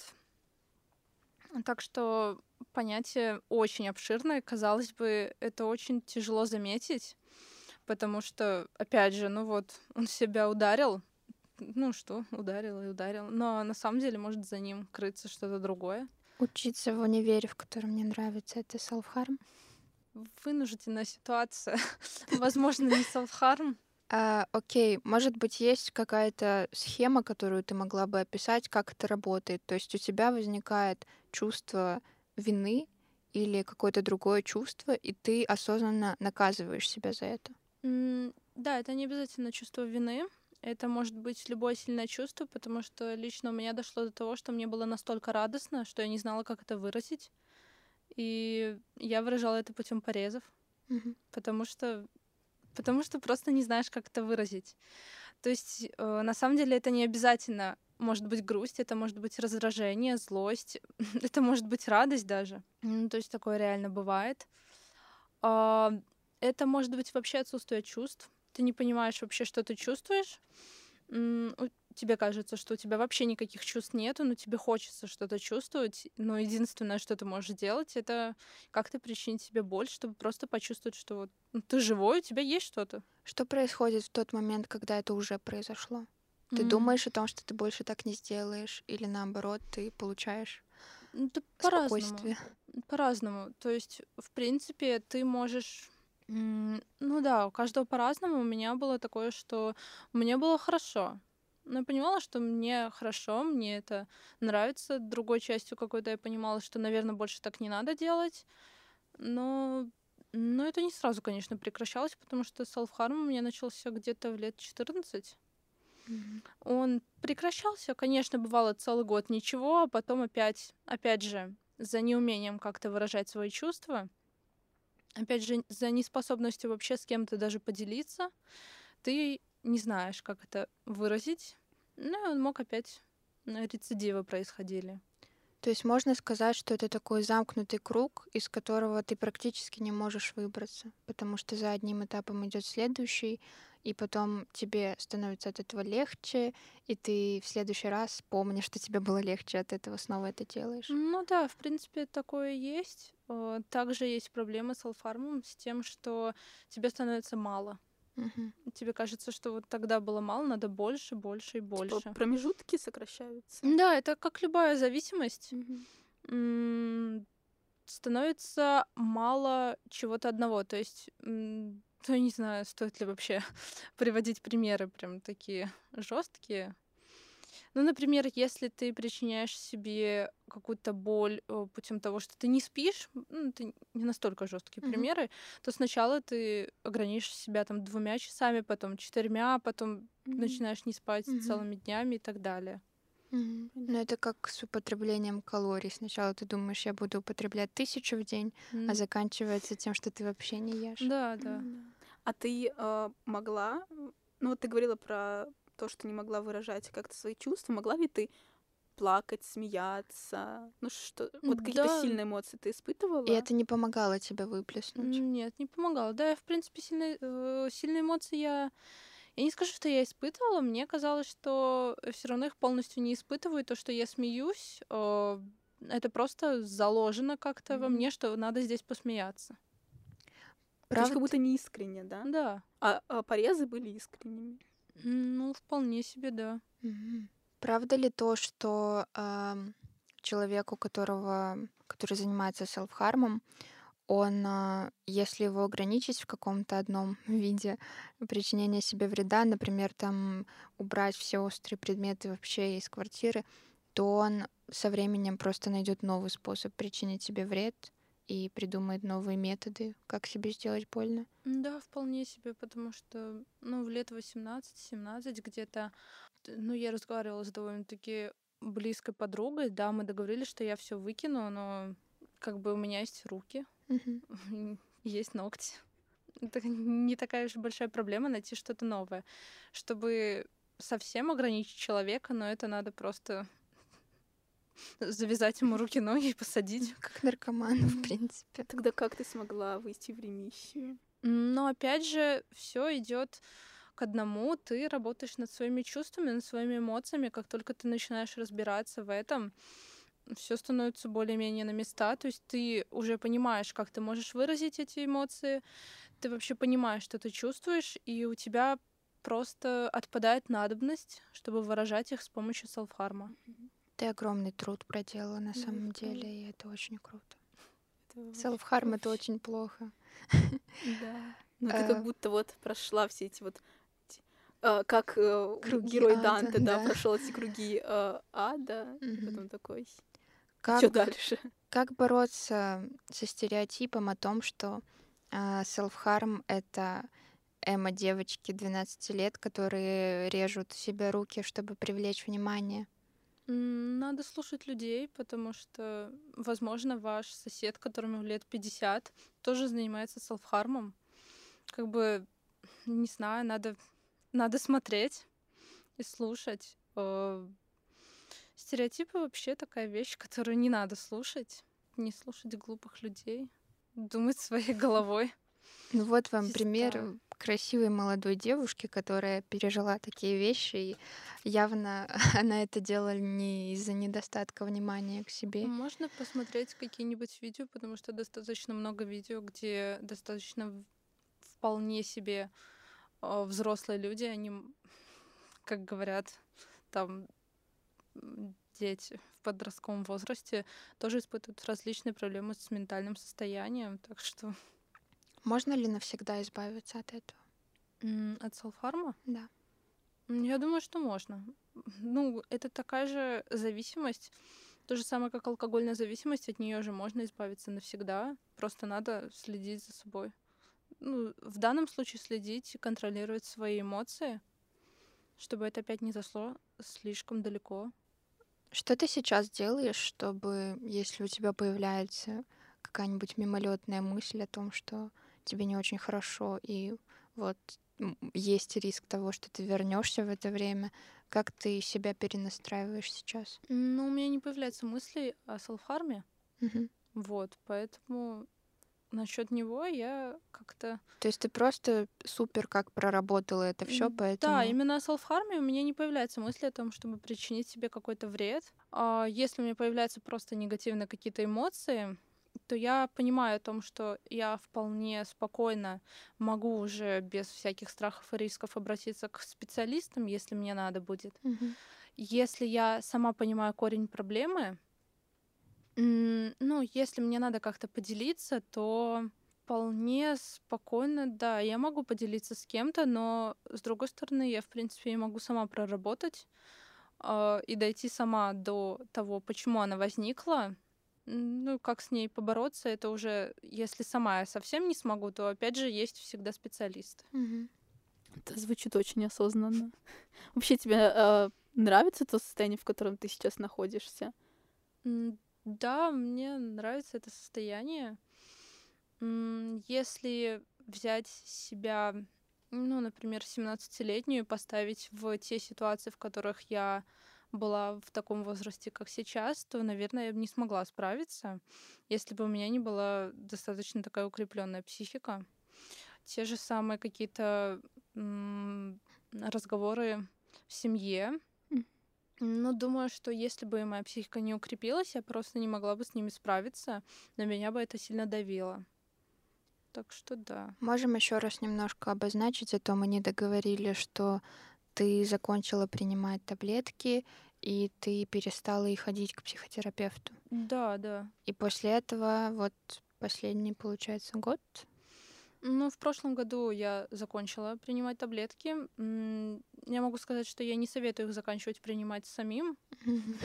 Так что понятие очень обширное. Казалось бы, это очень тяжело заметить, потому что, опять же, ну вот, он себя ударил. Ну что, ударил и ударил. Но на самом деле может за ним крыться что-то другое. Учиться в универе, в котором мне нравится, это self-harm. Вынужденная ситуация. Возможно, не self-harm. А, окей, может быть, есть какая-то схема, которую ты могла бы описать, как это работает? То есть у тебя возникает чувство вины или какое-то другое чувство, и ты осознанно наказываешь себя за это. М, Да, это не обязательно чувство вины. Это может быть любое сильное чувство, потому что лично у меня дошло до того, что мне было настолько радостно, что я не знала, как это выразить. И я выражала это путем порезов, Мгм. потому что, потому что просто не знаешь, как это выразить. То есть, э, на самом деле, это не обязательно может быть грусть, это может быть раздражение, злость, это может быть радость даже. Ну, то есть такое реально бывает. А, Это может быть вообще отсутствие чувств. Ты не понимаешь вообще, что ты чувствуешь. М, у- Тебе кажется, что у тебя вообще никаких чувств нету, но тебе хочется что-то чувствовать. Но единственное, что ты можешь сделать, это как-то причинить себе боль, чтобы просто почувствовать, что вот ну, ты живой, у тебя есть что-то. Что происходит в тот момент, когда это уже произошло? Ты М, думаешь о том, что ты больше так не сделаешь, или наоборот, ты получаешь ну, Это по-разному. спокойствие? По-разному. То есть, в принципе, ты можешь... м, Ну да, у каждого по-разному. У меня было такое, что мне было хорошо. Но я понимала, что мне хорошо, мне это нравится. Другой частью какой-то я понимала, что, наверное, больше так не надо делать. Но, но это не сразу, конечно, прекращалось, потому что селф-харм у меня начался где-то в лет четырнадцать. Мгм. Он прекращался, конечно, бывало целый год ничего, а потом опять, опять же, за неумением как-то выражать свои чувства, опять же, за неспособностью вообще с кем-то даже поделиться, ты не знаешь, как это выразить. Ну, и он мог опять, ну, рецидивы происходили. То есть можно сказать, что это такой замкнутый круг, из которого ты практически не можешь выбраться, потому что за одним этапом идет следующий, и потом тебе становится от этого легче, и ты в следующий раз помнишь, что тебе было легче от этого, снова это делаешь. Ну да, в принципе, такое есть. Э, Также есть проблемы с алфармом, с тем, что тебе становится мало. Мгм. Тебе кажется, что вот тогда было мало, надо больше, больше и Типа больше. промежутки сокращаются. Да, это как любая зависимость. Мгм. М, Становится мало чего-то одного. То есть, м, ну, я не знаю, стоит ли вообще приводить примеры прям такие жесткие. Ну, например, если ты причиняешь себе какую-то боль э, путем того, что ты не спишь, ну, это не настолько жесткие Мгм. примеры, то сначала ты ограничишь себя там двумя часами, потом четырьмя, потом Мгм. начинаешь не спать Мгм. целыми днями и так далее. Мгм. Понятно. Ну, это как с употреблением калорий. Сначала ты думаешь, я буду употреблять тысячу в день, а М, заканчивается тем, что ты вообще не ешь. Да, да. М, да. А ты э, могла, м, ну вот ты говорила про то, что не могла выражать как-то свои чувства, могла ли ты плакать, смеяться, ну что, вот какие-то Да, сильные эмоции ты И испытывала? это не помогало тебе выплеснуть. м, нет, не помогало. Да, я, в принципе, сильные, э, сильные эмоции я... Я не скажу, что я испытывала. Мне казалось, что все равно их полностью не испытываю. То, что я смеюсь, э, это просто заложено как-то во Мгм. мне, что надо здесь посмеяться. То есть Правда? как будто не искренне, да? Да, А, а порезы были искренними. м, ну, вполне себе, да. Мгм. Правда ли то, что ам, человек, у которого, который занимается селф-хармом, он, а, если его ограничить в каком-то одном виде причинения себе вреда, например, там убрать все острые предметы вообще из квартиры, то он со временем просто найдет новый способ причинить себе вред и придумает новые методы, как себе сделать больно. Да, вполне себе, потому что, ну, в лет восемнадцать-семнадцать где-то, т- ну, я разговаривала с довольно-таки близкой подругой, да, мы договорились, что я все выкину, но как бы у меня есть руки, Мгм. есть ногти. Это не такая уж и большая проблема найти что-то новое. Чтобы совсем ограничить человека, но это надо просто завязать ему руки-ноги и посадить. Как наркоман, в Мгм. принципе. Тогда как ты смогла выйти в ремиссию? Но опять же, все идет к одному. Ты работаешь над своими чувствами, над своими эмоциями. Как только ты начинаешь разбираться в этом, все становится более-менее на места. То есть ты уже понимаешь, как ты можешь выразить эти эмоции. Ты вообще понимаешь, что ты чувствуешь, и у тебя просто отпадает надобность, чтобы выражать их с помощью селфхарма. Ты огромный труд проделала на Да, самом это, деле, и это очень круто. это вообще, Селф-харм — это вообще. очень плохо. Да. Ну ты как Э, будто вот прошла все эти вот эти, э, как э, Круги герой ада, Данте, да, да. прошел эти круги э, ада, и Мгм. потом такой, что Как, дальше? как бороться со стереотипом о том, что а, селф-харм — это эмо-девочки двенадцати лет, которые режут себе руки, чтобы привлечь внимание? М, Надо слушать людей, потому что, возможно, ваш сосед, которому лет пятьдесят, тоже занимается селфхармом. Как бы, не знаю, надо, надо смотреть и слушать. Э, Стереотипы вообще такая вещь, которую не надо слушать. Не слушать глупых людей. Думать своей головой. Ну вот вам пример Сестра. красивой молодой девушки, которая пережила такие вещи, и явно она это делала не из-за недостатка внимания к себе. Можно посмотреть какие-нибудь видео, потому что достаточно много видео, где достаточно в- вполне себе э, взрослые люди, они, м, как говорят, там м, дети в подростковом возрасте тоже испытывают различные проблемы с ментальным состоянием. Так что Можно ли навсегда избавиться от этого? м, от селфхарма, Да. м, я думаю, что можно. Ну, это такая же зависимость, То же самое, как алкогольная зависимость, от нее же можно избавиться навсегда. Просто надо следить за собой. Ну, в данном случае следить и контролировать свои эмоции, чтобы это опять не зашло слишком далеко. Что ты сейчас делаешь, чтобы, если у тебя появляется какая-нибудь мимолетная мысль о том, что тебе не очень хорошо, и вот м, есть риск того, что ты вернешься в это время, как ты себя перенастраиваешь сейчас? Ну, у меня не появляется мыслей о селф-харме. Мгм. Вот, поэтому насчет него я как-то... То есть ты просто супер как проработала это все, М, Да, поэтому... именно о селф-харме у меня не появляется мысли о том, чтобы причинить себе какой-то вред. А если у меня появляются просто негативные какие-то эмоции, то я понимаю о том, что я вполне спокойно могу уже без всяких страхов и рисков обратиться к специалистам, если мне надо будет. Мгм. Если я сама понимаю корень проблемы, м, ну, если мне надо как-то поделиться, то вполне спокойно, да, я могу поделиться с кем-то, но с другой стороны, я, в принципе, и могу сама проработать а, и дойти сама до того, почему она возникла. М, Ну, как с ней побороться, это уже, если сама я совсем не смогу, то опять же есть всегда специалисты. Мгм. Это звучит очень осознанно. Вообще тебе э, нравится то состояние, в котором ты сейчас находишься? М, Да, мне нравится это состояние. М, Если взять себя, ну, например, семнадцатилетнюю, и поставить в те ситуации, в которых я была в таком возрасте, как сейчас, то, наверное, я бы не смогла справиться, если бы у меня не была достаточно такая укрепленная психика. Те же самые какие-то м, разговоры в семье. М. Ну, думаю, что если бы моя психика не укрепилась, я просто не могла бы с ними справиться, на меня бы это сильно давило. Так что да. Можем еще раз немножко обозначить, а то мы не договорили, что ты закончила принимать таблетки, и ты перестала и ходить к психотерапевту. Да, да. И после этого вот последний, получается, год. Ну, в прошлом году я закончила принимать таблетки. М, Я могу сказать, что я не советую их заканчивать принимать самим, Мгм.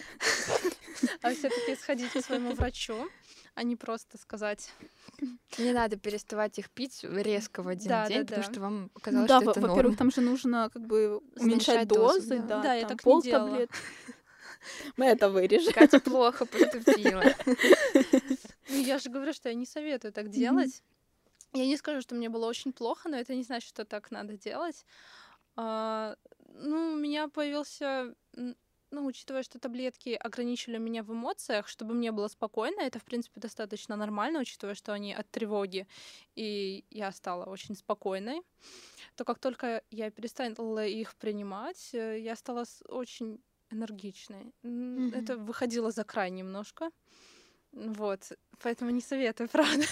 а все-таки сходить к своему врачу, а не просто сказать. Не надо переставать их пить резко в один Да, да, день, потому да. что вам Ну показалось, да, что во- это во-первых, норма. там же нужно как бы уменьшать Уменьшать дозу, дозы, да. да, Да, я там так не пол делала. таблет. Мы это вырежем. Катя плохо поступила. Ну, я же говорю, что я не советую так Мгм. делать. Я не скажу, что мне было очень плохо, но это не значит, что так надо делать. А, ну, у меня появился, м, ну, учитывая, что таблетки ограничили меня в эмоциях, чтобы мне было спокойно, это, в принципе, достаточно нормально, учитывая, что они от тревоги, и я стала очень спокойной, то как только я перестала их принимать, э, я стала с- очень энергичной. М, Мгм. Это выходило за край немножко. Вот, поэтому не советую, правда.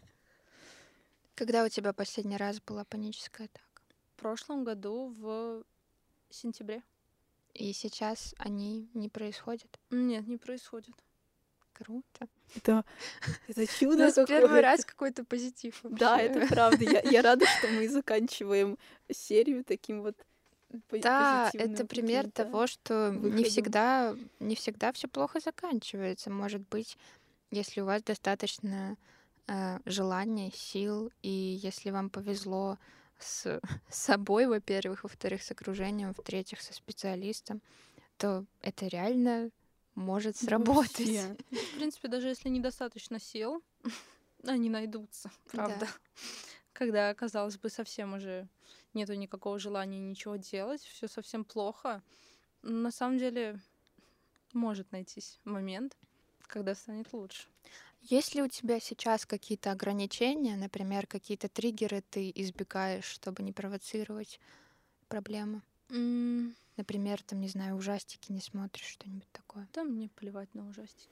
Когда у тебя последний раз была паническая атака? В прошлом году в сентябре. И сейчас они не происходят? Нет, не происходит. Круто. Это, это У чудо нас первый какое-то. раз какой-то позитив Да, вообще. это правда. Я, я рада, что мы заканчиваем серию таким вот по- Да, позитивным это пример каким-то того, что не выходом. всегда, не всегда все плохо заканчивается. Может быть, если у вас достаточно э, желания, сил, и если вам повезло с, с собой, во-первых, во-вторых, с окружением, в-третьих, со специалистом, то это реально может сработать. Вообще. Ну, в принципе, даже если недостаточно сил, они найдутся, правда. Да. Когда, казалось бы, совсем уже нету никакого желания ничего делать, все совсем плохо. На самом деле может найтись момент, когда станет лучше. Есть ли у тебя сейчас какие-то ограничения, например, какие-то триггеры ты избегаешь, чтобы не провоцировать проблемы? М, Например, там, не знаю, ужастики не смотришь, что-нибудь такое. Да мне плевать на ужастики.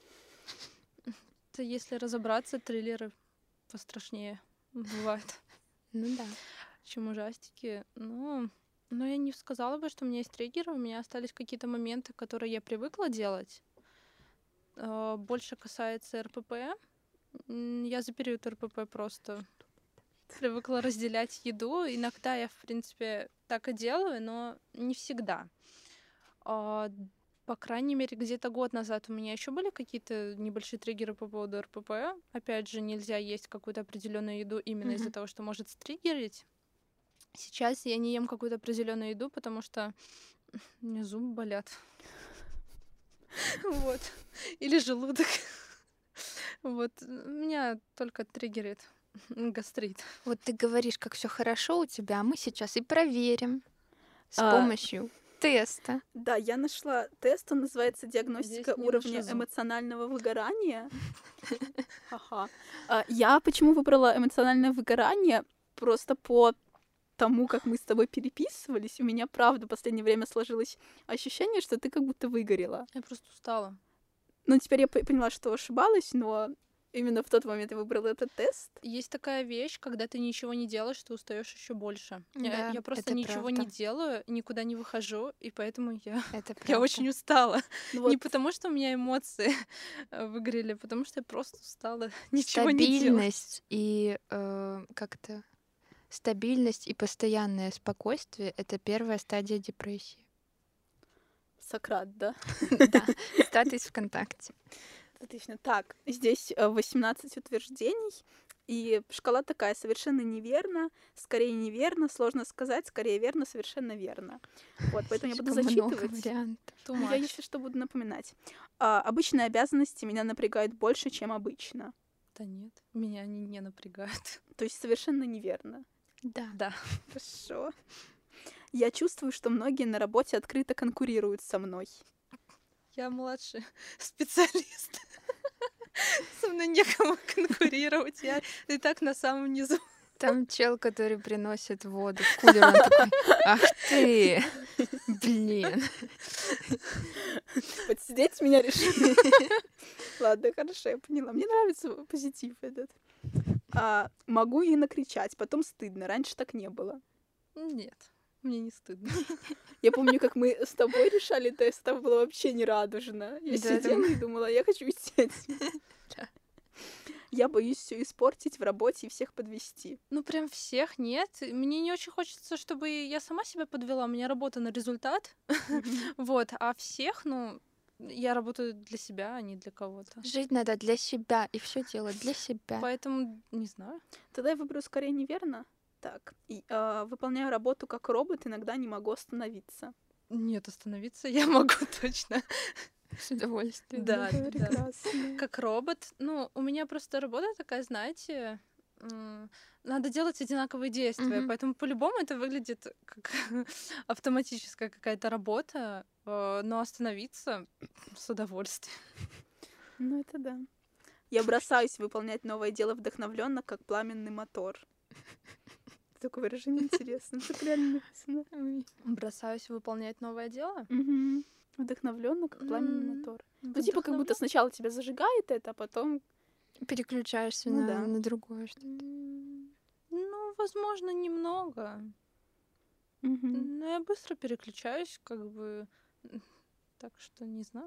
Это если разобраться, триллеры пострашнее бывают, Ну да. чем ужастики. Ну, но я не сказала бы, что у меня есть триггеры, у меня остались какие-то моменты, которые я привыкла делать. А, Больше касается РПП. М, Я за период РПП просто привыкла разделять еду. Иногда я, в принципе, так и делаю, но не всегда. А, По крайней мере, где-то год назад у меня еще были какие-то небольшие триггеры по поводу эр пэ пэ. Опять же, нельзя есть какую-то определенную еду именно из-за Мгм. того, что может стриггерить. Сейчас я не ем какую-то определенную еду, потому что у меня зубы болят. Вот. Или желудок. Вот. Меня только триггерит гастрит. Вот ты говоришь, как все хорошо у тебя, а мы сейчас и проверим с А, помощью теста. Да, я нашла тест, он называется «Диагностика Здесь не уровня нахожу. эмоционального выгорания». Ага. А, Я почему выбрала эмоциональное выгорание? Просто по тому, как мы с тобой переписывались, у меня, правда, в последнее время сложилось ощущение, что ты как будто выгорела. Я просто устала. Ну, теперь я по- поняла, что ошибалась, но именно в тот момент я выбрала этот тест. Есть такая вещь, когда ты ничего не делаешь, ты устаешь еще больше. Я, Да, я просто это ничего не правда. делаю, никуда не выхожу, и поэтому я, Это я правда. очень устала. Ну Не вот, потому, что у меня эмоции э, выгорели, а потому что я просто устала ничего не делать. Стабильность и э, как-то стабильность и постоянное спокойствие — это первая стадия депрессии. Сократ, да? Да, статус ВКонтакте. Отлично. Так, здесь э, восемнадцать утверждений, и шкала такая: совершенно неверно, скорее неверно, сложно сказать, скорее верно, совершенно верно. Вот, поэтому я буду Слишком много зачитывать. вариантов. Too Ну, я, much. если что, буду напоминать. А, обычные обязанности меня напрягают больше, чем обычно. Да нет, меня они не напрягают. То есть совершенно неверно. Да. Да. Хорошо. Я чувствую, что многие на работе открыто конкурируют со мной. Я младший специалист. Со мной некому конкурировать. Я и так на самом низу. Там чел, который приносит воду в кулер, он такой: ах ты, блин. Подсидеть меня решили. Ладно, хорошо, я поняла. Мне нравится позитив этот. А, могу и накричать, потом стыдно. Раньше так не было. Нет, мне не стыдно. Я помню, как мы с тобой решали тест, там было вообще не радужно. Я Да, сидела там- и думала, я хочу уйти отсюда. Я боюсь все испортить в работе и всех подвести. Ну, прям всех нет. Мне не очень хочется, чтобы я сама себя подвела. У меня работа на результат. Вот. А всех, ну, я работаю для себя, а не для кого-то. Жить надо для себя и все делать для себя. Поэтому, не знаю. Тогда я выберу скорее неверно. Так, и, а, выполняю работу как робот, иногда не могу остановиться. Нет, остановиться я могу точно. С удовольствием. Да, Это да. прекрасно. Как робот. Ну, у меня просто работа такая, знаете, м, надо делать одинаковые действия, Мгм. поэтому по-любому это выглядит как автоматическая какая-то работа, э, но остановиться с удовольствием. Ну, это да. Я бросаюсь выполнять новое дело вдохновленно, как пламенный мотор. Такое выражение интересное. Так реально написано. Ой. Бросаюсь выполнять новое дело. Вдохновленно, как пламенный М, мотор. Ну, типа, как будто сначала тебя зажигает это, а потом. Переключаешься Ну на, да. на другое что-то. М, Ну, возможно, немного. Мгм. Но я быстро переключаюсь, как бы. м, Так что не знаю.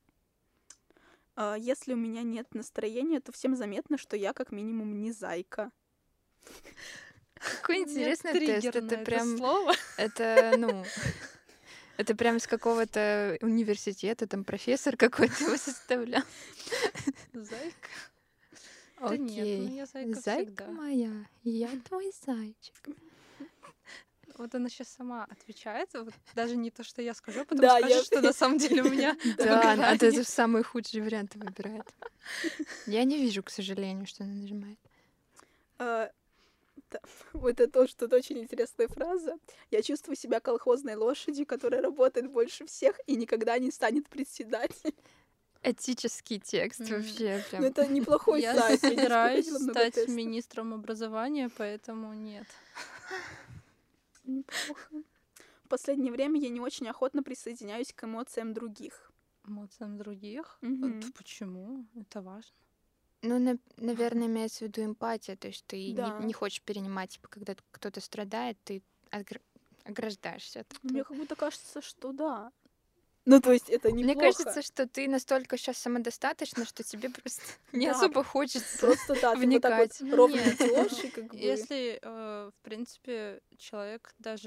А, Если у меня нет настроения, то всем заметно, что я как минимум не зайка. Какой У меня интересный тест. триггер на Это это прям, слово. это, ну, это прям из какого-то университета, там профессор какой-то его составлял. Зайка. Да нет, ну Окей. я зайка Зайка всегда. моя, я твой зайчик. Вот она сейчас сама отвечает, вот даже не то, что я скажу, а потом Да, скажет, я- что на самом деле у меня Да, а выгорание. это самый худший вариант выбирает. Я не вижу, к сожалению, что она нажимает. А, да, Вот это тоже тут очень интересная фраза. Я чувствую себя колхозной лошадью, которая работает больше всех и никогда не станет председателем. Этический текст М. вообще Ну, прям. это неплохой Я сайт. Я не собираюсь проходила много стать тестов. министром образования, поэтому нет. Неплохо. В последнее время я не очень охотно присоединяюсь к эмоциям других. Эмоциям других? Мгм. Вот почему? Это важно. Ну, на- наверное, имеется в виду эмпатия, то есть ты не- Да. не, хочешь перенимать, типа, когда кто-то страдает, ты огр- ограждаешься от этого. Мне как будто кажется, что да. Ну, то есть это неплохо. Мне кажется, что ты настолько сейчас самодостаточна, что тебе просто не Да, особо хочется. Просто да, ты вот так вникать. вот Ну, ровно нет, идёшь, ну, и как бы... Если, э, в принципе, человек даже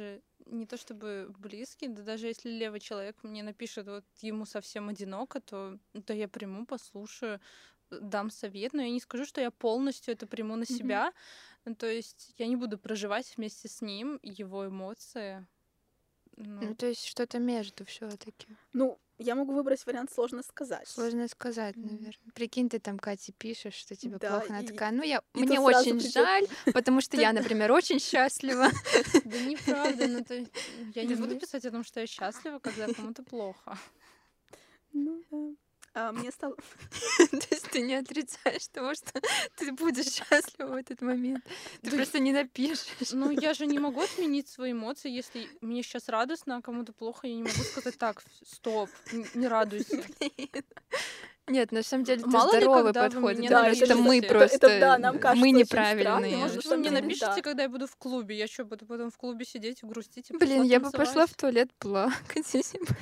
не то чтобы близкий, да даже если левый человек мне напишет, вот ему совсем одиноко, то, то я приму, послушаю, э, дам совет, но я не скажу, что я полностью это приму на Мгм. себя. Ну, то есть я не буду проживать вместе с ним его эмоции. Ну, Ну, то есть что-то между все таки Ну, я могу выбрать вариант «сложно сказать». Сложно сказать, м, наверное. Прикинь, ты там Кате пишешь, что тебе Да, плохо, она и, такая: "Ну, я и мне тут сразу очень придет. жаль, потому что да, я, да, например, очень счастлива". да неправда, ну, то есть м, я не буду Думаешь? писать о том, что я счастлива, когда кому-то плохо. Ну да. А мне стало... То есть ты не отрицаешь того, что ты будешь счастлива в этот момент. Ты Да, просто не напишешь. ну, я же не могу отменить свои эмоции, если мне сейчас радостно, а кому-то плохо, я не могу сказать так, «Ф- стоп, н- не радуйся». Блин. Нет, на самом деле это Мало ли, здоровый когда вы подход. мне Это Да, это, просто это, мы напишете. это, это, просто, да, нам мы кажется очень странным, неправильные. на Может, вы мне самом деле, напишите, да. когда я буду в клубе. Я что, буду потом в клубе сидеть, грустить и Блин, пошла я бы пошла в танцевать? туалет плакать, если бы.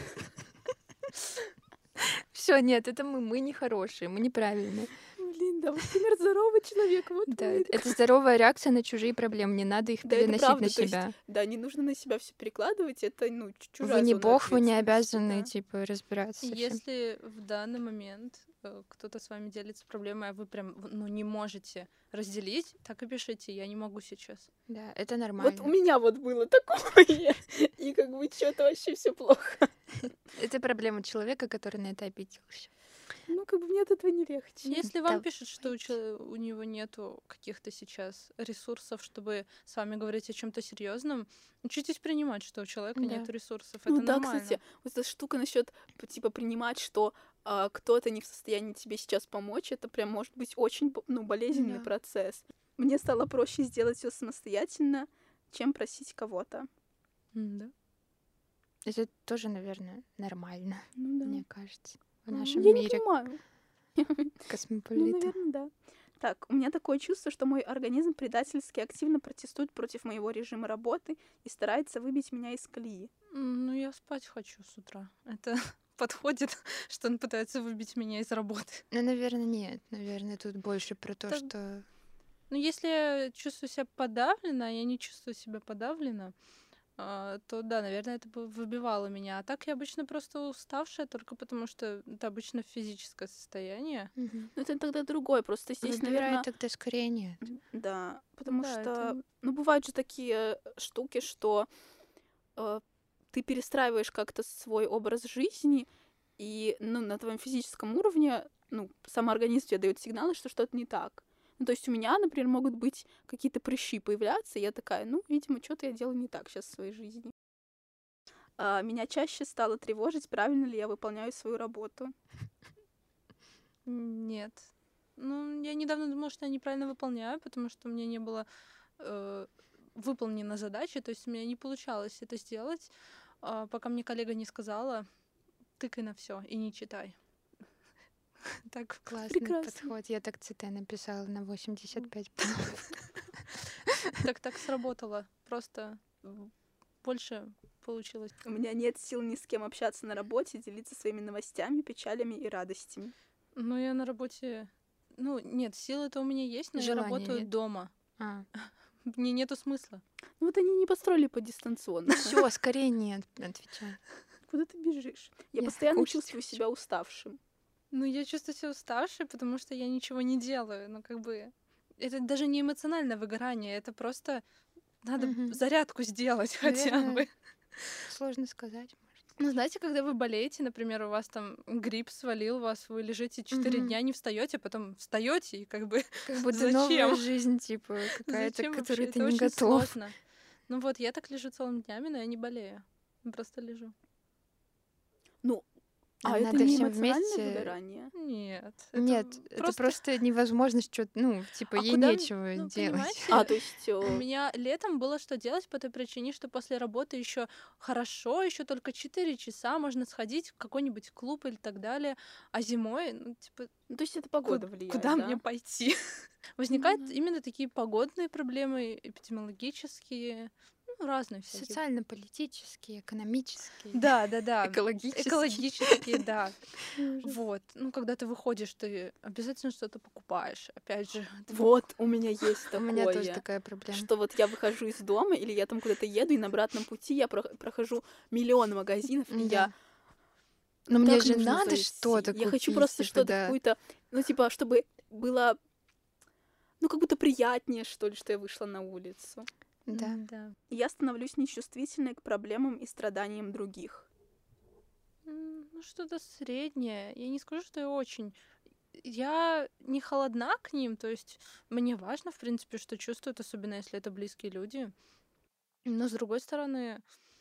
Всё, нет, это мы, мы нехорошие, мы неправильные. Блин, да, вот пример здорового человека, вот Да, вы. это это здоровая реакция на чужие проблемы, не надо их Да, это переносить на правда, то есть, себя. да, не нужно на себя все перекладывать, это, ну, ч- Вы чужая не зона бог, вы не ответственности, обязаны, да. типа, разбираться со всем. Если в данный момент э, кто-то с вами делится проблемой, а вы прям в- ну, не можете разделить, так и пишите, я не могу сейчас. Да, это Вот у нормально. меня вот было такое, и как бы что-то вообще все плохо. Это проблема человека, который на это обиделся. Ну, как бы мне от этого не легче. Если вам Да, пишут, что у, чел- у него нету каких-то сейчас ресурсов, чтобы с вами говорить о чем-то серьезном, учитесь принимать, что у человека да. нет ресурсов. Ну Это да, нормально. кстати, вот эта штука насчет типа принимать, что а, кто-то не в состоянии тебе сейчас помочь, это прям может быть очень бо- ну, болезненный Да. процесс. Мне стало проще сделать все самостоятельно, чем просить кого-то. М, Да. Это тоже, наверное, нормально, Ну да. мне кажется, в Ну, нашем я не мире понимаю. Ну, космополита. наверное, да. Так, у меня такое чувство, что мой организм предательски активно протестует против моего режима работы и старается выбить меня из колеи. М, Ну, я спать хочу с утра. Это подходит, что он пытается выбить меня из работы. Ну, наверное, нет. Наверное, тут больше про то, Да, что... ну, если я чувствую себя подавлена, а я не чувствую себя подавлена, а, то да, наверное, это бы выбивало меня. А так я обычно просто уставшая, только потому что это обычно физическое состояние. Мгм. Но это тогда другое, просто здесь, Выбирай наверное, тогда скорее нет. да, потому Да, что, это... ну, бывают же такие штуки, что э, ты перестраиваешь как-то свой образ жизни, и, ну, на твоем физическом уровне, ну, сам организм тебе дает сигналы, что что-то не так. Ну, то есть у меня, например, могут быть какие-то прыщи появляться, и я такая, ну, видимо, что-то я делаю не так сейчас в своей жизни. А, меня чаще стало тревожить, правильно ли я выполняю свою работу. Нет. Ну, я недавно думала, что я неправильно выполняю, потому что у меня не было э, выполнено задачи, то есть у меня не получалось это сделать, а, пока мне коллега не сказала, тыкай на все и не читай. Так, Классный Прекрасно. подход. Я так ЦТ написала на восемьдесят пять баллов. так, так сработало. Просто м, больше получилось. У меня нет сил ни с кем общаться на работе, делиться своими новостями, печалями и радостями. Но я на работе... Ну, нет, силы-то у меня есть, но я Желания работаю нет. дома. А, Мне нету смысла. Ну вот они не построили по дистанционно. все, скорее нет, отвечаю. Куда ты бежишь? Я Я постоянно кушать чувствую хочу. себя уставшим. Ну, я чувствую себя уставшей, потому что я ничего не делаю. Ну, как бы... Это даже не эмоциональное выгорание, это просто надо Мгм. зарядку сделать хотя Наверное, бы. сложно сказать. Ну, знаете, когда вы болеете, например, у вас там грипп свалил вас, вы лежите четыре Мгм. дня, не встаете, потом встаете и как бы Как будто зачем? новая жизнь, типа, какая-то, Зачем к вообще? которой ты Это не очень готов. сложно. Ну вот, я так лежу целыми днями, но я не болею. Просто лежу. Ну, а Нам это надо не всем эмоциональное вместе... выгорание? Нет. Это Нет, это просто... просто невозможность что-то, ну, типа, А ей куда... м- нечего Ну, делать. понимаете, А, то есть... у э, меня летом было что делать по той причине, что после работы еще хорошо, еще только четыре часа можно сходить в какой-нибудь клуб или так далее. А зимой, ну, типа, ну, то есть это ку- погода влияет, куда да? мне пойти? Ну Возникают да. именно такие погодные проблемы, эпидемиологические. Ну, разные всякие. Социально-политические, экономические, Да, да, да. экологические. Экологические, да. Вот. Ну, когда ты выходишь, ты обязательно что-то покупаешь. Опять же, ты Вот, у меня есть У меня тоже такое, такая проблема. что вот я выхожу из дома, или я там куда-то еду, и на обратном пути я про- прохожу миллион магазинов, и Да. я Но мне так же нужно надо зайти. что-то Я хочу купить, просто типа, что-то, да. какую-то, ну, типа, чтобы было, ну, как будто приятнее, что ли, что я вышла на улицу. Да. М, да. И я становлюсь нечувствительной к проблемам и страданиям других. М, Ну, что-то среднее. Я не скажу, что я очень... Я не холодна к ним, то есть мне важно, в принципе, что чувствуют, особенно если это близкие люди. Но, с другой стороны,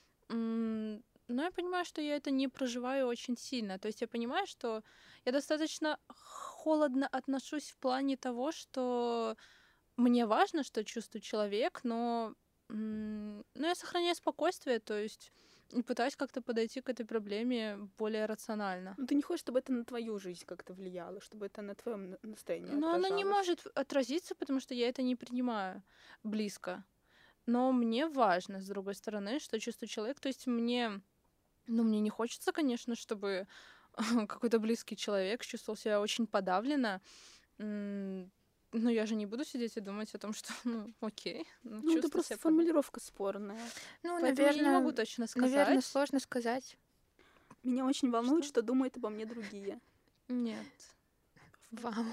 м, ну, я понимаю, что я это не проживаю очень сильно. То есть я понимаю, что я достаточно холодно отношусь в плане того, что мне важно, что чувствует человек, но, м, но я сохраняю спокойствие, то есть и пытаюсь как-то подойти к этой проблеме более рационально. Ну, ты не хочешь, чтобы это на твою жизнь как-то влияло, чтобы это на твоем настроении Но оно не отражалось? может отразиться, потому что я это не принимаю близко. Но мне важно, с другой стороны, что чувствует человек. То есть мне, ну, мне не хочется, конечно, чтобы какой-то близкий человек чувствовал себя очень подавленно. М, Но я же не буду сидеть и думать о том, что, ну, окей, ну, Ну, это чувствуй просто себя подавленно. формулировка спорная. Ну, Поэтому я не могу наверное, точно наверное, сказать. сложно сказать. Меня очень волнует, Что? что думают обо мне другие. Нет. Вау.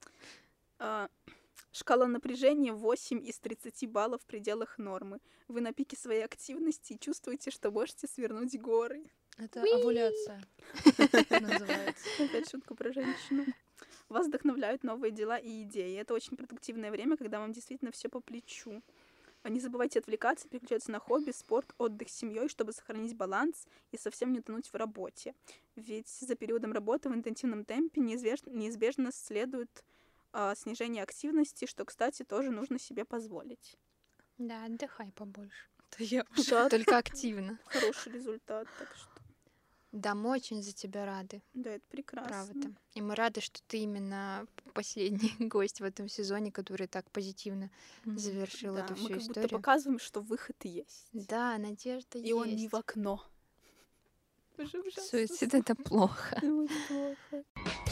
А, Шкала напряжения восемь из тридцати баллов в пределах нормы. Вы на пике своей активности и чувствуете, что можете свернуть горы. Это овуляция называется. Опять шутка про женщину. Вас вдохновляют новые дела и идеи. Это очень продуктивное время, когда вам действительно все по плечу. Не забывайте отвлекаться, переключаться на хобби, спорт, отдых с семьей, чтобы сохранить баланс и совсем не тонуть в работе. Ведь за периодом работы в интенсивном темпе неизбежно, неизбежно следует а, снижение активности, что, кстати, тоже нужно себе позволить. Да, отдыхай побольше. Это я Да, Только активно. хороший результат, так что Да, мы очень за тебя рады, да, это прекрасно. правда. И мы рады, что ты именно последний гость в этом сезоне, который так позитивно Мгм. завершил Да, эту мы всю как будто историю. показываем, что выход есть. Да, надежда И есть. он не в окно. Уже ужасно. Суицид — это плохо. Это очень плохо.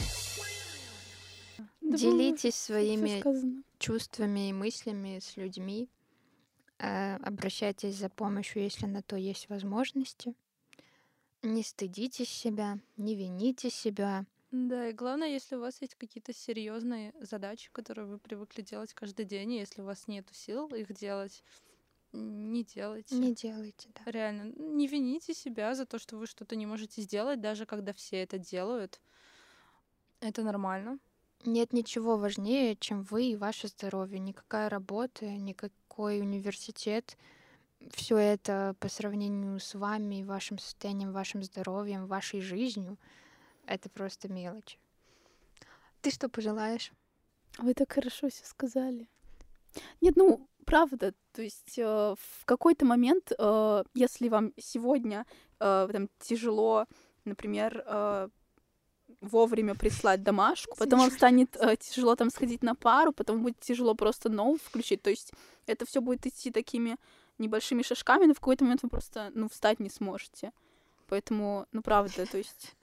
Да, Делитесь всё своими сказано. чувствами и мыслями с людьми. Э, Обращайтесь за помощью, если на то есть возможности. Не стыдите себя, не вините себя. Да, и главное, если у вас есть какие-то серьезные задачи, которые вы привыкли делать каждый день, и если у вас нет сил их делать, не делайте. Не делайте, да. Реально, не вините себя за то, что вы что-то не можете сделать, даже когда все это делают. Это нормально. Нет ничего важнее, чем вы и ваше здоровье. Никакая работа, никакой университет. Все это по сравнению с вами и вашим состоянием, вашим здоровьем, вашей жизнью, это просто мелочь. Ты что пожелаешь? Вы так хорошо все сказали. Нет, ну, правда, то есть э, в какой-то момент, э, если вам сегодня э, там тяжело, например, э, вовремя прислать домашку, потом вам станет э, тяжело там сходить на пару, потом будет тяжело просто ноут включить, то есть это все будет идти такими небольшими шажками, но в какой-то момент вы просто, ну, встать не сможете. Поэтому, ну, правда, то есть...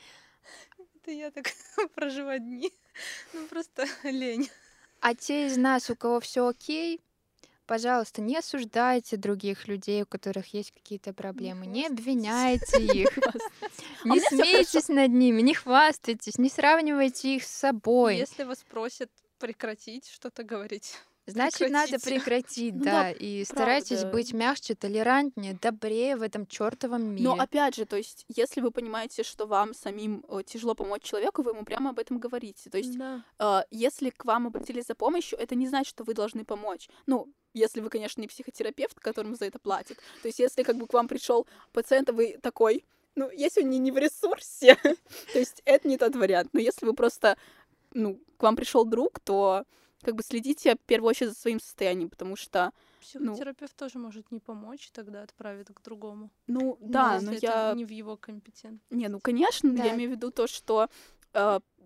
Это я так проживаю дни. Ну, просто лень. А те из нас, у кого все окей, пожалуйста, не осуждайте других людей, у которых есть какие-то проблемы, не хвастайтесь. обвиняйте их, А у не меня всё смейтесь над ними, не хвастайтесь, не сравнивайте их с собой. Если вас просят прекратить что-то говорить, Значит, надо прекратите. прекратить, Ну да, да, и старайтесь правда. быть мягче, толерантнее, добрее в этом чертовом мире. Но опять же, то есть, если вы понимаете, что вам самим э, тяжело помочь человеку, вы ему прямо об этом говорите. То есть, Да. э, если к вам обратились за помощью, это не значит, что вы должны помочь. Ну, если вы, конечно, не психотерапевт, которому за это платят. То есть, если как бы к вам пришел пациент, а вы такой, ну, если он не, не в ресурсе, то есть это не тот вариант. Но если вы просто, ну, к вам пришел друг, то как бы следите в первую очередь за своим состоянием, потому что, Психотерапевт тоже может не помочь, тогда отправит к другому. ну, да, если но это я... не в его компетенции. Не, ну, конечно, Да. я имею в виду то, что э,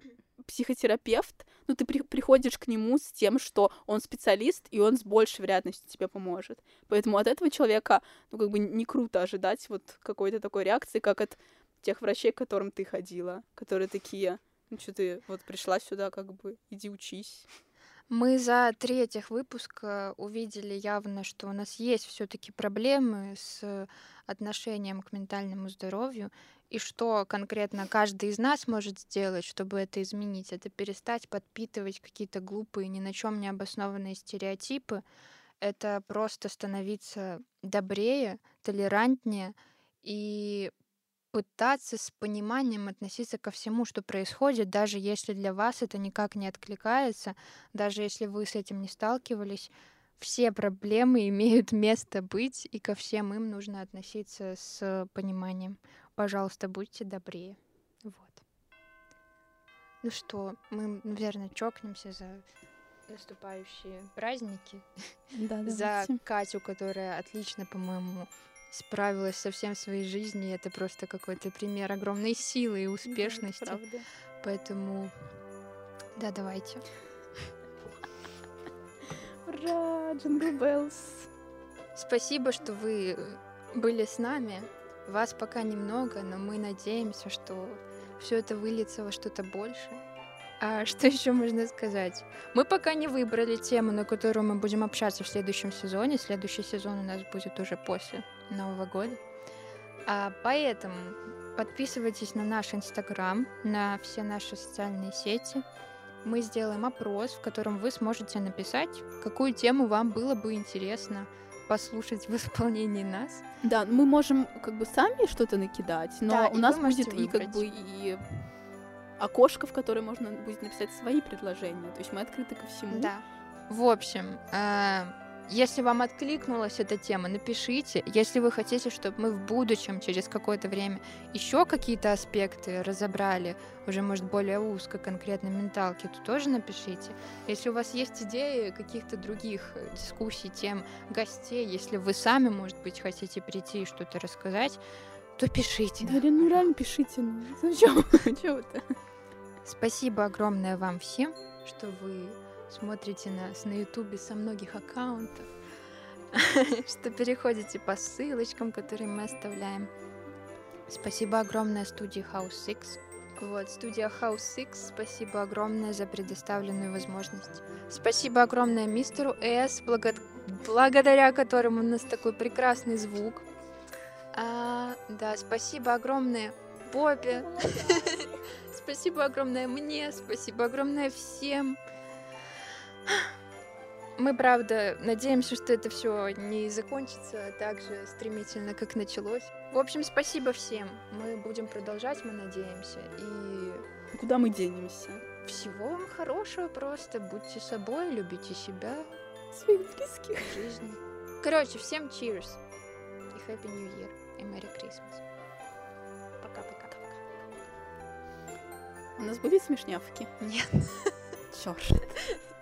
психотерапевт, ну, ты при- приходишь к нему с тем, что он специалист, и он с большей вероятностью тебе поможет. Поэтому от этого человека, ну, как бы не круто ожидать вот какой-то такой реакции, как от тех врачей, к которым ты ходила, которые такие, ну, что ты вот пришла сюда, как бы, иди учись. Мы за три этих выпуска увидели явно, что у нас есть все-таки проблемы с отношением к ментальному здоровью, и что конкретно каждый из нас может сделать, чтобы это изменить, это перестать подпитывать какие-то глупые, ни на чем не обоснованные стереотипы, это просто становиться добрее, толерантнее и пытаться с пониманием относиться ко всему, что происходит, даже если для вас это никак не откликается, даже если вы с этим не сталкивались. Все проблемы имеют место быть, и ко всем им нужно относиться с пониманием. Пожалуйста, будьте добрее. Вот. Ну что, мы, наверное, чокнемся за наступающие праздники, Да, за давайте. Катю, которая отлично, по-моему, справилась со всем в своей жизни. Это просто какой-то пример огромной силы и Да, это успешности. правда. Поэтому, да, давайте. Ура, Джингл Беллс. Спасибо, что вы были с нами. Вас пока немного, но мы надеемся, что все это выльется во что-то большее. А что еще можно сказать? Мы пока не выбрали тему, на которую мы будем общаться в следующем сезоне. Следующий сезон у нас будет уже после Нового года. А поэтому подписывайтесь на наш Инстаграм, на все наши социальные сети. Мы сделаем опрос, в котором вы сможете написать, какую тему вам было бы интересно послушать в исполнении нас. Да, мы можем как бы сами что-то накидать, но Да, у и нас вы можете будет и как выбрать. бы и окошко, в которое можно будет написать свои предложения. То есть мы открыты ко всему. Да. В общем, э, если вам откликнулась эта тема, напишите. Если вы хотите, чтобы мы в будущем, через какое-то время, еще какие-то аспекты разобрали, уже, может, более узко, конкретно менталки, то тоже напишите. Если у вас есть идеи каких-то других дискуссий, тем, гостей, если вы сами, может быть, хотите прийти и что-то рассказать, то пишите. Да, ну реально пишите. Ну, зачем? Чего вы-то? Спасибо огромное вам всем, что вы смотрите нас на Ютубе со многих аккаунтов, что переходите по ссылочкам, которые мы оставляем. Спасибо огромное студии House Six. Вот, студия House Six, спасибо огромное за предоставленную возможность. Спасибо огромное мистеру С, благо- благодаря которому у нас такой прекрасный звук. А, да, спасибо огромное Бобе. Спасибо огромное мне, спасибо огромное всем. Мы, правда, надеемся, что это все не закончится так же стремительно, как началось. В общем, спасибо всем. Мы будем продолжать, мы надеемся. И Куда мы денемся? всего вам хорошего просто. Будьте собой, любите себя, Своих близких. жизнь. Короче, всем cheers. И Happy New Year. И Merry Christmas. Пока-пока. У нас были смешнявки? Нет. Чёрт.